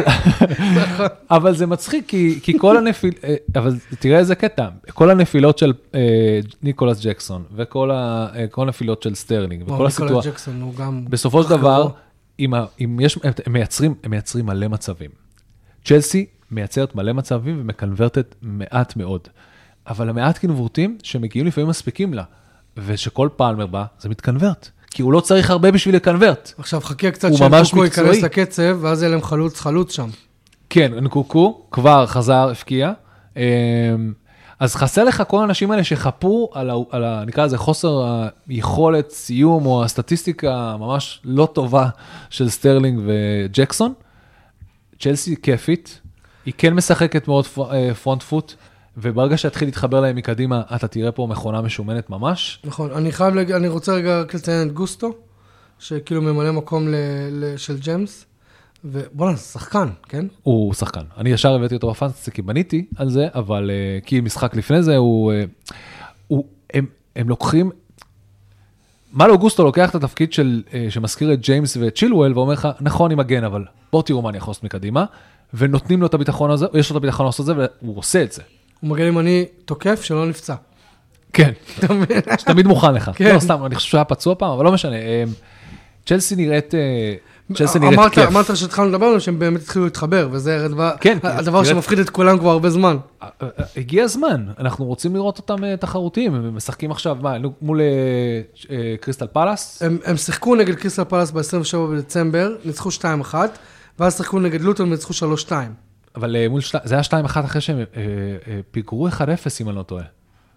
אבל זה מצחיק, כי, כי כל הנפיל, אבל תראה איזה קטע, כל הנפילות של ניקולס ג'קסון, וכל ה, כל הנפילות של סטרלינג, וכל הסיטואציה, בסופו של דבר, אם, אם יש, הם מייצרים, הם מייצרים מלא מצבים. צ'לסי מייצרת מלא מצבים, ומקנברטת מעט מאוד. אבל המעט קנברטים, שמגיעים לפעמים מספיקים לה, ושכל פלמר בא, זה מתקנברט. כי הוא לא צריך הרבה בשביל לקנברט.
עכשיו חכה קצת שנקוקו ייכנס לקצב, ואז יהיה להם חלוץ חלוץ שם.
כן, נקוקו כבר חזר, הפקיע. אז חסר לך כל האנשים האלה שחפו על, על ה, נקרא לזה, חוסר היכולת, סיום, או הסטטיסטיקה ממש לא טובה של סטרלינג וג'קסון. צ'לסי כיפית, היא כן משחקת מאוד פרונט פוט, וברגע שהתחיל להתחבר להם מקדימה, אתה תראה פה מכונה משומנת ממש.
נכון, אני חייב, לג... אני רוצה רגע לציין את גוסטו, שכאילו ממלא מקום ל... ל... של ג'יימס, ובוא'נה, שחקן, כן?
הוא שחקן. אני ישר הבאתי אותו בפאנטסי, כי בניתי על זה, אבל uh, כי משחק לפני זה, הוא, uh, הוא, הם, הם לוקחים, מה לא גוסטו לוקח את התפקיד של, uh, שמזכיר את ג'יימס וצ'ילואל, ואומר לך, נכון, אני מגן, אבל בוא תראו מה אני יכול לעשות מקדימה, ונותנים לו את הביטחון הזה, יש לו את הביטחון לעשות את זה, והוא עושה את זה.
הוא מגן אם אני תוקף שלא נפצע.
כן, שתמיד מוכן לך. לא, סתם, אני חושב שהוא היה פצוע פעם, אבל לא משנה. צ'לסי נראית, צ'לסי נראית כיף.
אמרת שהתחלנו לדבר עלינו שהם באמת התחילו להתחבר, וזה הדבר שמפחיד את כולם כבר הרבה זמן.
הגיע הזמן, אנחנו רוצים לראות אותם תחרותיים, הם משחקים עכשיו, מה, מול קריסטל פלאס?
הם שיחקו נגד קריסטל פלאס ב-עשרים ושבעה בדצמבר, ניצחו שתיים אחת, ואז שיחקו נגד לוטון וניצחו שלוש שתיים.
אבל מול שתי, זה היה שתיים אחת אחרי שהם פיגרו אחד אפס, אם אני לא טועה.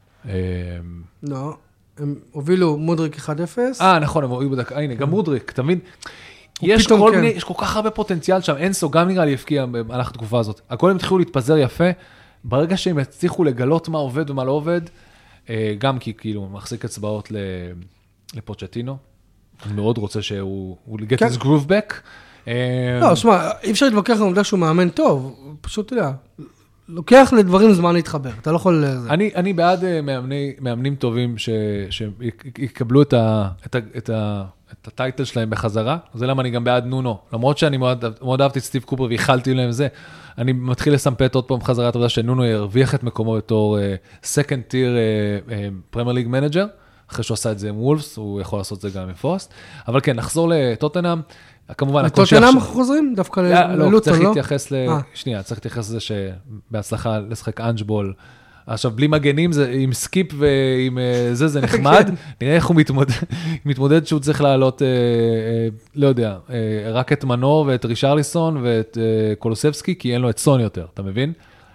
לא, הם הובילו מודריק אחד אפס.
אה, נכון, הם הובילו בדקה, הנה, גם מודריק, תמיד. יש כל מיני, יש כל כך הרבה פוטנציאל שם, אינסו גם נראה לי הפקיע במהלך התקופה הזאת. הכל הם התחילו להתפזר יפה, ברגע שהם הצליחו לגלות מה עובד ומה לא עובד, גם כי כאילו מחזיק אצבעות לפוצ'טינו, אני מאוד רוצה שהוא get his groove back,
לא, שמע, אי אפשר להתווכח עם העובדה שהוא מאמן טוב, פשוט, אתה יודע, לוקח לדברים זמן להתחבר, אתה לא יכול...
אני, אני בעד מאמנים טובים שיקבלו את הטייטל שלהם בחזרה, זה למה אני גם בעד נונו, למרות שאני מאוד אהבתי את סטיב קופר והחלתי להם זה, אני מתחיל לסמפט עוד פעם חזרה, אתה יודע שנונו ירוויח את מקומו בתור second tier Premier League manager, אחרי שהוא עשה את זה עם וולפס, הוא יכול לעשות את זה גם עם פורסט, אבל כן, נחזור לטוטנאם, כמובן,
לטוטנאם אנחנו חוזרים? דווקא ללוטון, לא?
צריך להתייחס ל... שנייה, צריך להתייחס לזה שבהצלחה לשחק אנג'בול. עכשיו, בלי מגנים, עם סקיפ ועם זה, זה נחמד. נראה איך הוא מתמודד שהוא צריך לעלות, לא יודע, רק את מנור ואת רישרליסון ואת קולוסבסקי, כי אין לו את סון יותר, אתה מבין?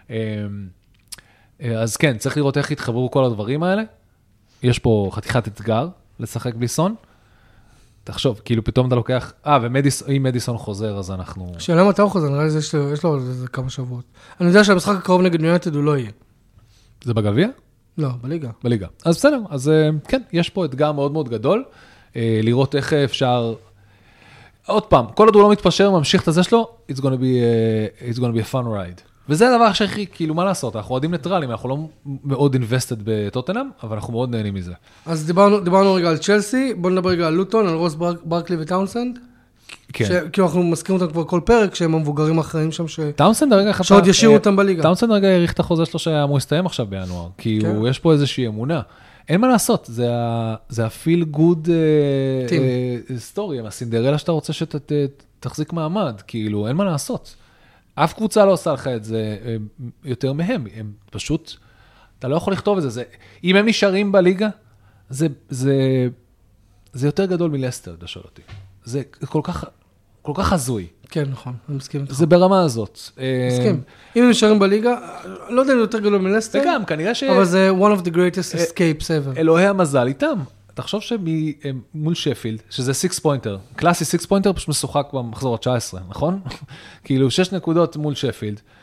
אז כן, צריך לראות איך יתחברו כל הדברים האלה. יש פה חתיכת אתגר לשחק בלי סון. תחשוב, כאילו פתאום אתה לוקח, אה, ואם מדיסון חוזר, אז אנחנו...
שאלה מתי הוא חוזר, נראה לי יש לו איזה כמה שבועות. אני יודע שהמשחק הקרוב נגד יונייטד הוא לא יהיה.
זה בגביע?
לא, בליגה.
בליגה. אז בסדר, אז כן, יש פה אתגר מאוד מאוד גדול, לראות איך אפשר... עוד פעם, כל עוד הוא לא מתפשר, ממשיך את הזה שלו, it's gonna be, it's gonna be a fun ride. וזה הדבר שהכי, כאילו, מה לעשות? אנחנו אוהדים ניטרלים, אנחנו לא מאוד invested בטוטנהאם, אבל אנחנו מאוד נהנים מזה.
אז דיברנו, דיברנו רגע על צ'לסי, בואו נדבר רגע על לוטון, על רוס ברקלי וטאונסנד. כן. כאילו אנחנו מזכירים אותם כבר כל פרק, שהם המבוגרים האחרים שם, ש...
טאונסנד הרגע חשב...
שעוד ישירו אותם בליגה.
טאונסנד הרגע העריך את החוזה שלו שאמור להסתיים עכשיו בינואר, כי הוא, יש פה איזושהי אמונה. אין מה לעשות, זה הפיל גוד סטורי, הסינדרלה שאתה רוצה שתחזיק מעמד, כאילו, אין מה לעשות. אף קבוצה לא עושה לך את זה יותר מהם, הם פשוט, אתה לא יכול לכתוב את זה, זה אם הם נשארים בליגה, זה, זה, זה יותר גדול מלסטר, אתה שואל אותי. זה כל כך, כל כך הזוי.
כן, נכון, אני מסכים איתך.
זה ברמה הזאת.
מסכים. אם הם נשארים בליגה, לא יודע אם יותר גדול מלסטר,
וגם, כנראה ש...
אבל זה one of the greatest escapes ever.
אלוהי המזל איתם. תחשוב שמול שפילד, שזה סיקס פוינטר, קלאסי סיקס פוינטר פשוט משוחק במחזור ה-תשע עשרה, נכון? כאילו שש נקודות מול שפילד,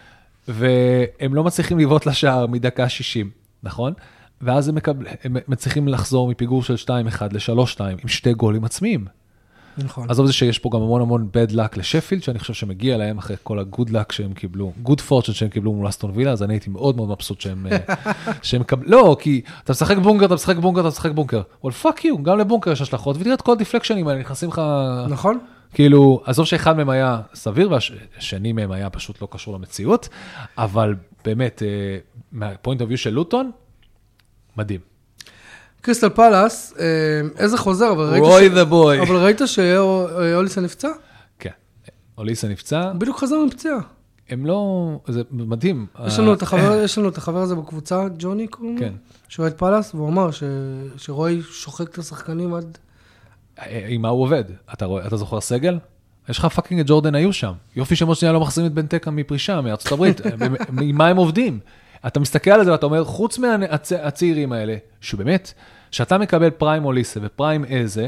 והם לא מצליחים לבעוט לשער מדקה שישים, נכון? ואז הם, מקבל, הם מצליחים לחזור מפיגור של שתיים אחד ל-שלוש שתיים, עם שתי גולים עצמיים.
נכון.
עזוב זה שיש פה גם המון המון bad luck לשפילד, שאני חושב שמגיע להם אחרי כל ה-good luck שהם קיבלו, good fortune שהם קיבלו מול אסטון וילה, אז אני הייתי מאוד מאוד מבסוט שהם, שהם קבל... לא, כי אתה משחק בונקר, אתה משחק בונקר, אתה משחק בונקר. אבל fuck you, גם לבונקר יש השלכות, ותראה את כל הדיפלקשנים האלה, נכנסים לך...
נכון.
כאילו, עזוב שאחד מהם היה סביר, והשני מהם היה פשוט לא קשור למציאות, אבל באמת, מהפוינט אוף ויו של לוטון, מדהים.
קריסטל פלאס, איזה חוזר, אבל ראית
רוי דה בוי.
אבל ראית שאוליסה נפצע?
כן, אוליסה נפצע.
בדיוק חזר מפציעה.
הם לא, זה מדהים.
יש לנו את החבר, יש לנו את החבר הזה בקבוצה, ג'וני קוראים לו,
כן.
שאוהד פלאס, והוא אמר שרוי שוחק את השחקנים עד...
עם מה הוא עובד? אתה רואה, אתה זוכר סגל? יש לך פאקינג את ג'ורדן היו שם. יופי שמות שנייה לא מחזירים את בנטקה מפרישה, מארצות הברית. עם מה הם עובדים? אתה מסתכל על זה ואתה אומר, חוץ מהצעירים האלה, שבאמת, שאתה מקבל פריים אוליסה ופריים איזה,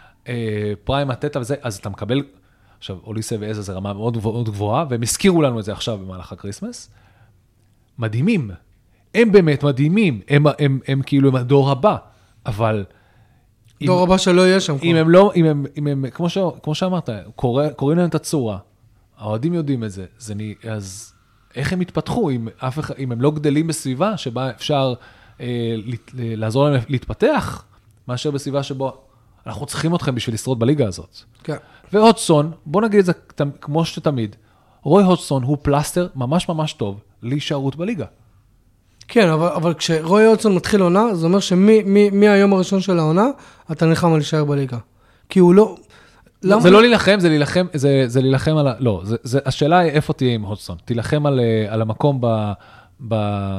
פריים הטטה וזה, אז אתה מקבל, עכשיו, אוליסה ואיזה זה רמה מאוד גבוהה, והם הזכירו לנו את זה עכשיו במהלך הקריסמס. מדהימים. הם באמת מדהימים. הם, הם, הם כאילו הם הדור הבא, אבל...
דור הבא שלא יהיה שם.
אם הם לא, אם הם, אם הם, כמו ש, כמו שאמרת, קורא, קוראים להם את הצורה, האוהדים יודעים את זה, זה נ, אז איך הם יתפתחו, אם אף אחד, אם הם לא גדלים בסביבה שבה אפשר אה, לעזור להם להתפתח, מאשר בסביבה שבו אנחנו צריכים אתכם בשביל לשרוד בליגה הזאת.
כן.
והודסון, בוא נגיד את זה כמו שתמיד, רוי הודסון הוא פלסטר ממש ממש טוב להישארות בליגה.
כן, אבל, אבל כשרוי הודסון מתחיל עונה, זה אומר שמהיום הראשון של העונה, אתה נלחם על להישאר בליגה. כי הוא לא...
למה? זה לא להילחם, זה להילחם, זה, זה להילחם על ה... לא, זה, זה, השאלה היא איפה תהיה עם הודסון. תילחם על, על המקום ב... ב...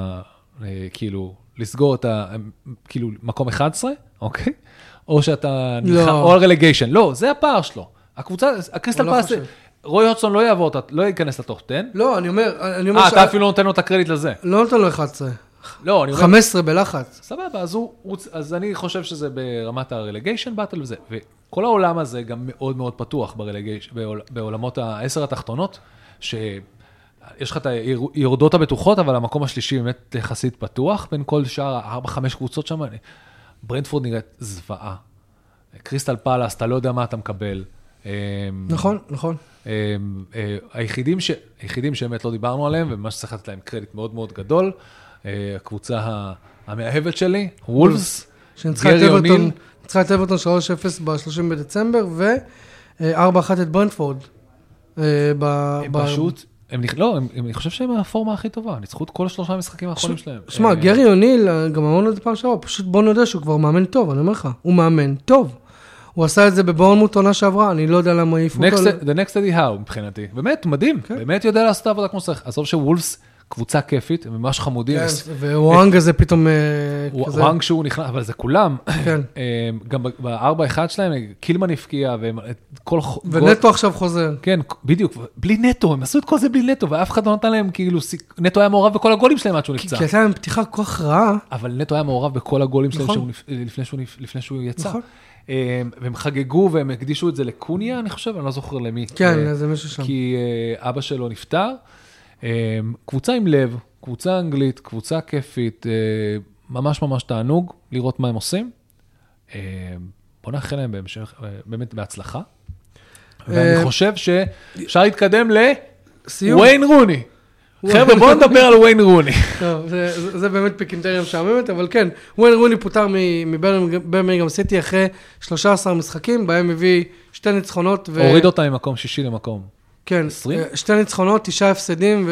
כאילו, לסגור את ה... כאילו, מקום אחד עשרה, אוקיי? או שאתה נלחם... לא. או על רלגיישן. לא, זה הפער שלו. הקבוצה, הקריסטל פלאס... רוי הודסון לא יעבור, לא ייכנס לתוך עשר.
לא, אני אומר...
אה, אתה אפילו לא נותן לו את הקרדיט לזה.
לא נותן לו אחד עשרה.
לא, אני אומר...
חמש עשרה בלחץ.
סבבה, אז הוא... אז אני חושב שזה ברמת הרלגיישן באטל וזה. וכל העולם הזה גם מאוד מאוד פתוח ברלגיישן, בעולמות העשר התחתונות, שיש לך את היורדות הבטוחות, אבל המקום השלישי באמת יחסית פתוח, בין כל שאר ארבע, חמש קבוצות שם. ברנטפורד נראית זוועה. קריסטל פלאס, אתה לא יודע מה אתה מקבל.
נכון, נכון.
היחידים ש... היחידים שבאמת לא דיברנו עליהם, ומה שצריך לתת להם קרדיט מאוד מאוד גדול, הקבוצה המאהבת שלי, וולפס,
גרי אוניל. ניצחה את אברטון שלוש אפס ב-שלושים בדצמבר, ו-ארבע אחת את ברנטפורד.
הם פשוט, לא, אני חושב שהם הפורמה הכי טובה, ניצחו את כל השלושה המשחקים האחרונים שלהם.
שמע, גרי אוניל, גם אמרנו את זה פעם שעברה, פשוט בוא נודע שהוא כבר מאמן טוב, אני אומר לך, הוא מאמן טוב. הוא עשה את זה בבורנמוט עונה שעברה, אני לא יודע למה העיפו אותו.
The next Eddie Howe מבחינתי. באמת, מדהים. באמת יודע לעשות עבודה כמו שצריך. עזוב שוולפס קבוצה כיפית, הם ממש חמודים.
ווואנג הזה פתאום...
וואנג שהוא נכנס, אבל זה כולם. גם ב-ארבע אחת שלהם, קילמן הפקיע,
ונטו עכשיו חוזר.
כן, בדיוק. בלי נטו, הם עשו את כל זה בלי נטו, ואף אחד לא נתן להם, כאילו, נטו היה מעורב בכל הגולים שלהם עד שהוא נפצע.
כי הייתה להם פתיחה כל כך רעה.
אבל נטו היה מעורב בכל הגולים שלהם לפני שהוא יצא. והם חגגו והם הקדישו את זה לקוניה, אני חושב, אני לא זוכר למי.
כן, זה מישהו שם.
כי אבא שלו נפטר. קבוצה עם לב, קבוצה אנגלית, קבוצה כיפית, ממש ממש תענוג לראות מה הם עושים. בוא נאחל להם בהמשך, באמת בהצלחה. ואני חושב שאפשר להתקדם לוויין רוני. חבר'ה, בואו נדבר על וויין רוני.
טוב, זה באמת פיקינטריה משעממת, אבל כן, וויין רוני פוטר מברמינגהאם סיטי אחרי שלושה עשר משחקים, בהם הביא שתי ניצחונות.
הוריד אותה ממקום שישי למקום.
כן, שתי ניצחונות, תשעה הפסדים,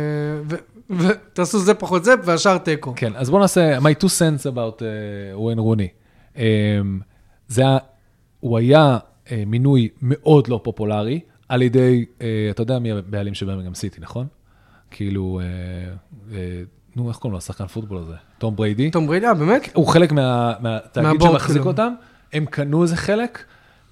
ותעשו זה פחות זה, והשאר טקו.
כן, אז בואו נעשה, my two cents about וויין רוני. זה, הוא היה מינוי מאוד לא פופולרי, על ידי, אתה יודע מי הבעלים של ברמינגהאם סיטי, נכון? כאילו, נו, איך קוראים לו, השחקן פוטבול הזה? תום בריידי.
תום בריידי, אה, באמת?
הוא חלק מהתאגיד שמחזיק אותם. הם קנו איזה חלק,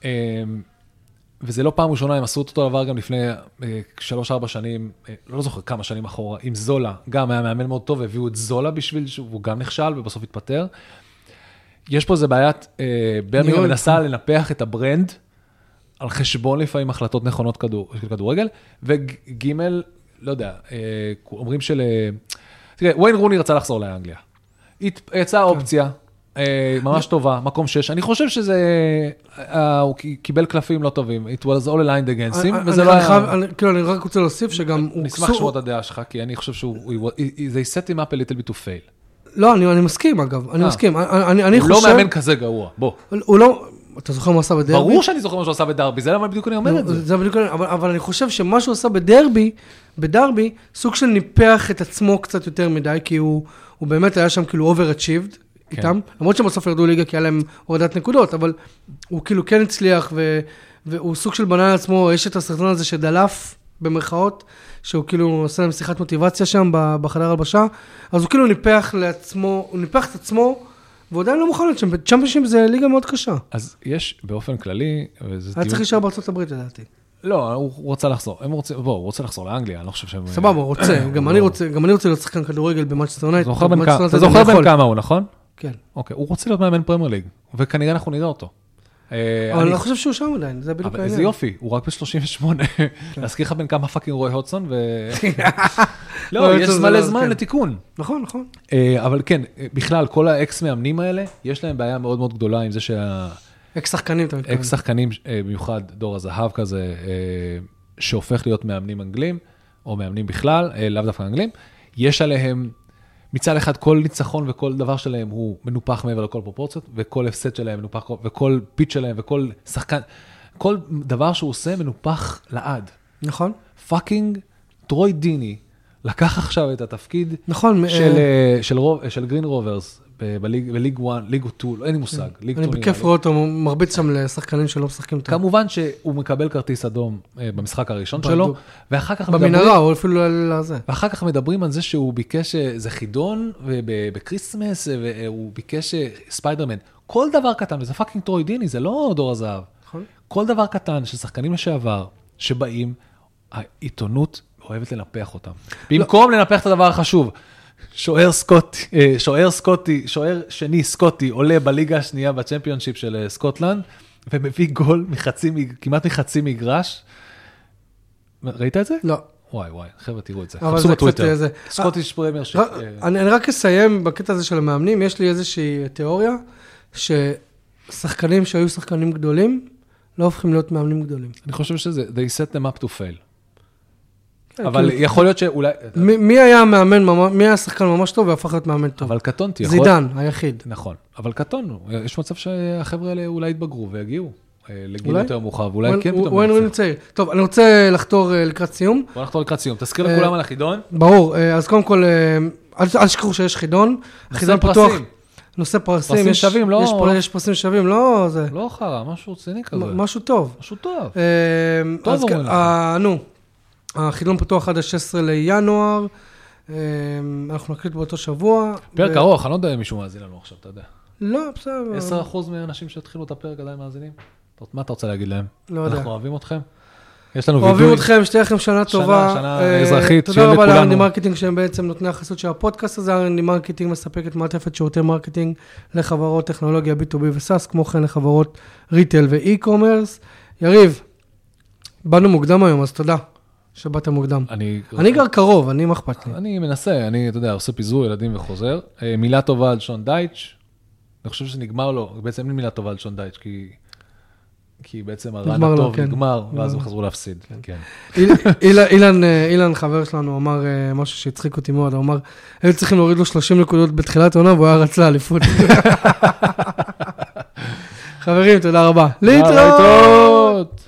וזה לא פעם ראשונה, הם עשו אותו דבר גם לפני שלוש, ארבע שנים, לא זוכר כמה שנים אחורה, עם זולה, גם היה מאמן מאוד טוב, והביאו את זולה בשביל, והוא גם נכשל, ובסוף התפטר. יש פה איזה בעיית, ברמינגהאם מנסה לנפח את הברנד, על חשבון לפעמים החלטות נכונות של כדורגל, וגימל, לא יודע, אומרים של... תראה, וויין רוני רצה לחזור לאנגליה. יצאה אופציה, ממש טובה, מקום שש. אני חושב שזה... הוא קיבל קלפים לא טובים. It was all aligned against him, וזה לא היה...
כאילו, אני רק רוצה להוסיף שגם...
נשמח לשמוע את הדעה שלך, כי אני חושב שהוא... They set him up a little bit to fail.
לא, אני מסכים, אגב. אני מסכים.
הוא לא מאמן כזה גרוע, בוא.
הוא לא... אתה זוכר מה הוא עשה בדרבי?
ברור שאני זוכר מה שהוא עשה בדרבי, זה למה בדיוק אני אומר את זה.
זה בדיוק, אבל, אבל אני חושב שמה שהוא עשה בדרבי, בדרבי, סוג של ניפח את עצמו קצת יותר מדי, כי הוא, הוא באמת היה שם כאילו overachieved איתם, למרות שבסוף ירדו ליגה כי היה להם הורדת נקודות, אבל הוא כאילו כן הצליח, ו, והוא סוג של בנה לעצמו, יש את הסרטון הזה שדלף במרכאות, שהוא כאילו עושה להם שיחת מוטיבציה שם בחדר הלבשה, אז הוא כאילו ניפח לעצמו, הוא ניפח את עצמו, והוא עדיין לא מוכן להיות שם, צ'מפיונשיפ זה ליגה מאוד קשה.
אז יש באופן כללי...
היה צריך להישאר בארצות הברית, לדעתי.
לא, הוא רוצה לחזור. בוא, הוא רוצה לחזור לאנגליה, אני לא חושב שהם...
סבבה, הוא רוצה. גם אני רוצה להיות שחקן כדורגל במאנצ'סטר יונייטד.
אתה זוכר בן כמה הוא, נכון?
כן.
אוקיי, הוא רוצה להיות מאמן פרמייר ליג, וכנראה אנחנו נראה אותו.
אבל אני לא חושב שהוא שם עדיין, זה בדיוק העניין.
איזה יופי, הוא רק ב-שלושים ושמונה. להזכיר לך בין כמה פאקינג רוי הודסון, ו... לא, יש מלא זמן לתיקון.
נכון, נכון.
אבל כן, בכלל, כל האקס מאמנים האלה, יש להם בעיה מאוד מאוד גדולה עם זה שה...
אקס שחקנים, אתה מתכוון.
אקס שחקנים, במיוחד דור הזהב כזה, שהופך להיות מאמנים אנגלים, או מאמנים בכלל, לאו דווקא אנגלים, יש עליהם... מצד אחד, כל ניצחון וכל דבר שלהם הוא מנופח מעבר לכל פרופורציות, וכל הפסד שלהם מנופח, וכל פיץ' שלהם, וכל שחקן, כל דבר שהוא עושה מנופח לעד.
נכון.
פאקינג טרוי דיני לקח עכשיו את התפקיד
נכון,
של, uh, של, רוב, של גרין רוברס בליג, בליג אחת, ליג שתיים, אין לי מושג.
אני בכיף רואה אותו, מרביץ שם לשחקנים שלא משחקים טוב.
כמובן שהוא מקבל כרטיס אדום uh, במשחק הראשון שלו, ואחר כך
מדברים... במנהרה, או אפילו לזה.
ואחר כך מדברים על זה שהוא ביקש, זה חידון בקריסמס, והוא ביקש ספיידרמן. כל דבר קטן, וזה פאקינג טרוי דיני, זה לא דור הזהב.
נכון.
כל דבר קטן של שחקנים לשעבר, שבאים, העיתונות אוהבת לנפח אותם. במקום לנפח את הדבר החשוב, שוער סקוטי, שוער סקוטי, שוער שני סקוטי, עולה בליגה השנייה בצ'מפיונשיפ של סקוטלנד, ומביא גול מחצי, כמעט מחצי מגרש. ראית את זה?
לא.
וואי וואי, חבר'ה תראו את זה. חפשו בטוויטר. סקוטיש פרמייר שיפ.
אני רק אסיים בקטע הזה של המאמנים, יש לי איזושהי תיאוריה, ששחקנים שהיו שחקנים גדולים, לא הופכים להיות מאמנים גדולים.
אני חושב שזה, they set them up to fail. אבל יכול להיות שאולי...
מי היה מאמן, מי היה שחקן ממש טוב והפך להיות מאמן טוב?
אבל קטונתי.
זידן, היחיד.
נכון, אבל קטונו. יש מצב שהחבר'ה האלה אולי יתבגרו ויגיעו לגיל יותר מאוחר, ואולי כן פתאום...
הוא אין צעיר. טוב, אני רוצה לחתור לקראת סיום.
בוא נחתור לקראת סיום. תזכיר לכולם על החידון.
ברור, אז קודם כל, אל תשכחו שיש חידון. חידון פתוח. נושא פרסים.
פרסים שווים, לא...
יש פרסים שווים, לא זה.
לא חרה, משהו רציני כזה.
משהו טוב.
משהו טוב.
טוב אומרים לך. נו. החידון פתוח עד ה-שישה עשר לינואר, אנחנו נקליט באותו שבוע.
פרק ארוך, אני לא יודע אם מישהו מאזין לנו עכשיו, אתה יודע.
לא, בסדר.
עשרה אחוז מהאנשים שהתחילו את הפרק עדיין מאזינים? מה אתה רוצה להגיד להם?
לא יודע.
אנחנו אוהבים אתכם? יש לנו וידוי.
אוהבים אתכם, שתהיה לכם שנה טובה.
שנה, שנה אזרחית, שיהיה לכולנו.
תודה רבה לארנדי מרקטינג שהם בעצם נותני החסות של הפודקאסט הזה. ארנדי מרקטינג מספקת מעטפת שירותי מרקטינג לחברות טכנולוגיה בי טו בי וסאס, כמו כן לחברות ריטל ואי-קומרס. יריב, באנו מוקדם היום, אז תודה. שבאתם מוקדם. אני, אני גר קרוב, אני מחפת לי.
אני מנסה, אני, אתה יודע, עושה פיזור ילדים וחוזר. מילה טובה על שון דייץ'. אני חושב שנגמר לו, בעצם אין מילה טובה על שון דייץ', כי, כי בעצם הרן הטוב כן. נגמר, ואז הם חזרו להפסיד. כן. כן.
איל, אילן, אילן, חבר שלנו, אמר משהו שהצחיק אותי מאוד, הוא אמר, היו צריכים להוריד לו שלושים נקודות בתחילת העונה, והוא היה רץ לאליפות. חברים, תודה רבה. להתראות!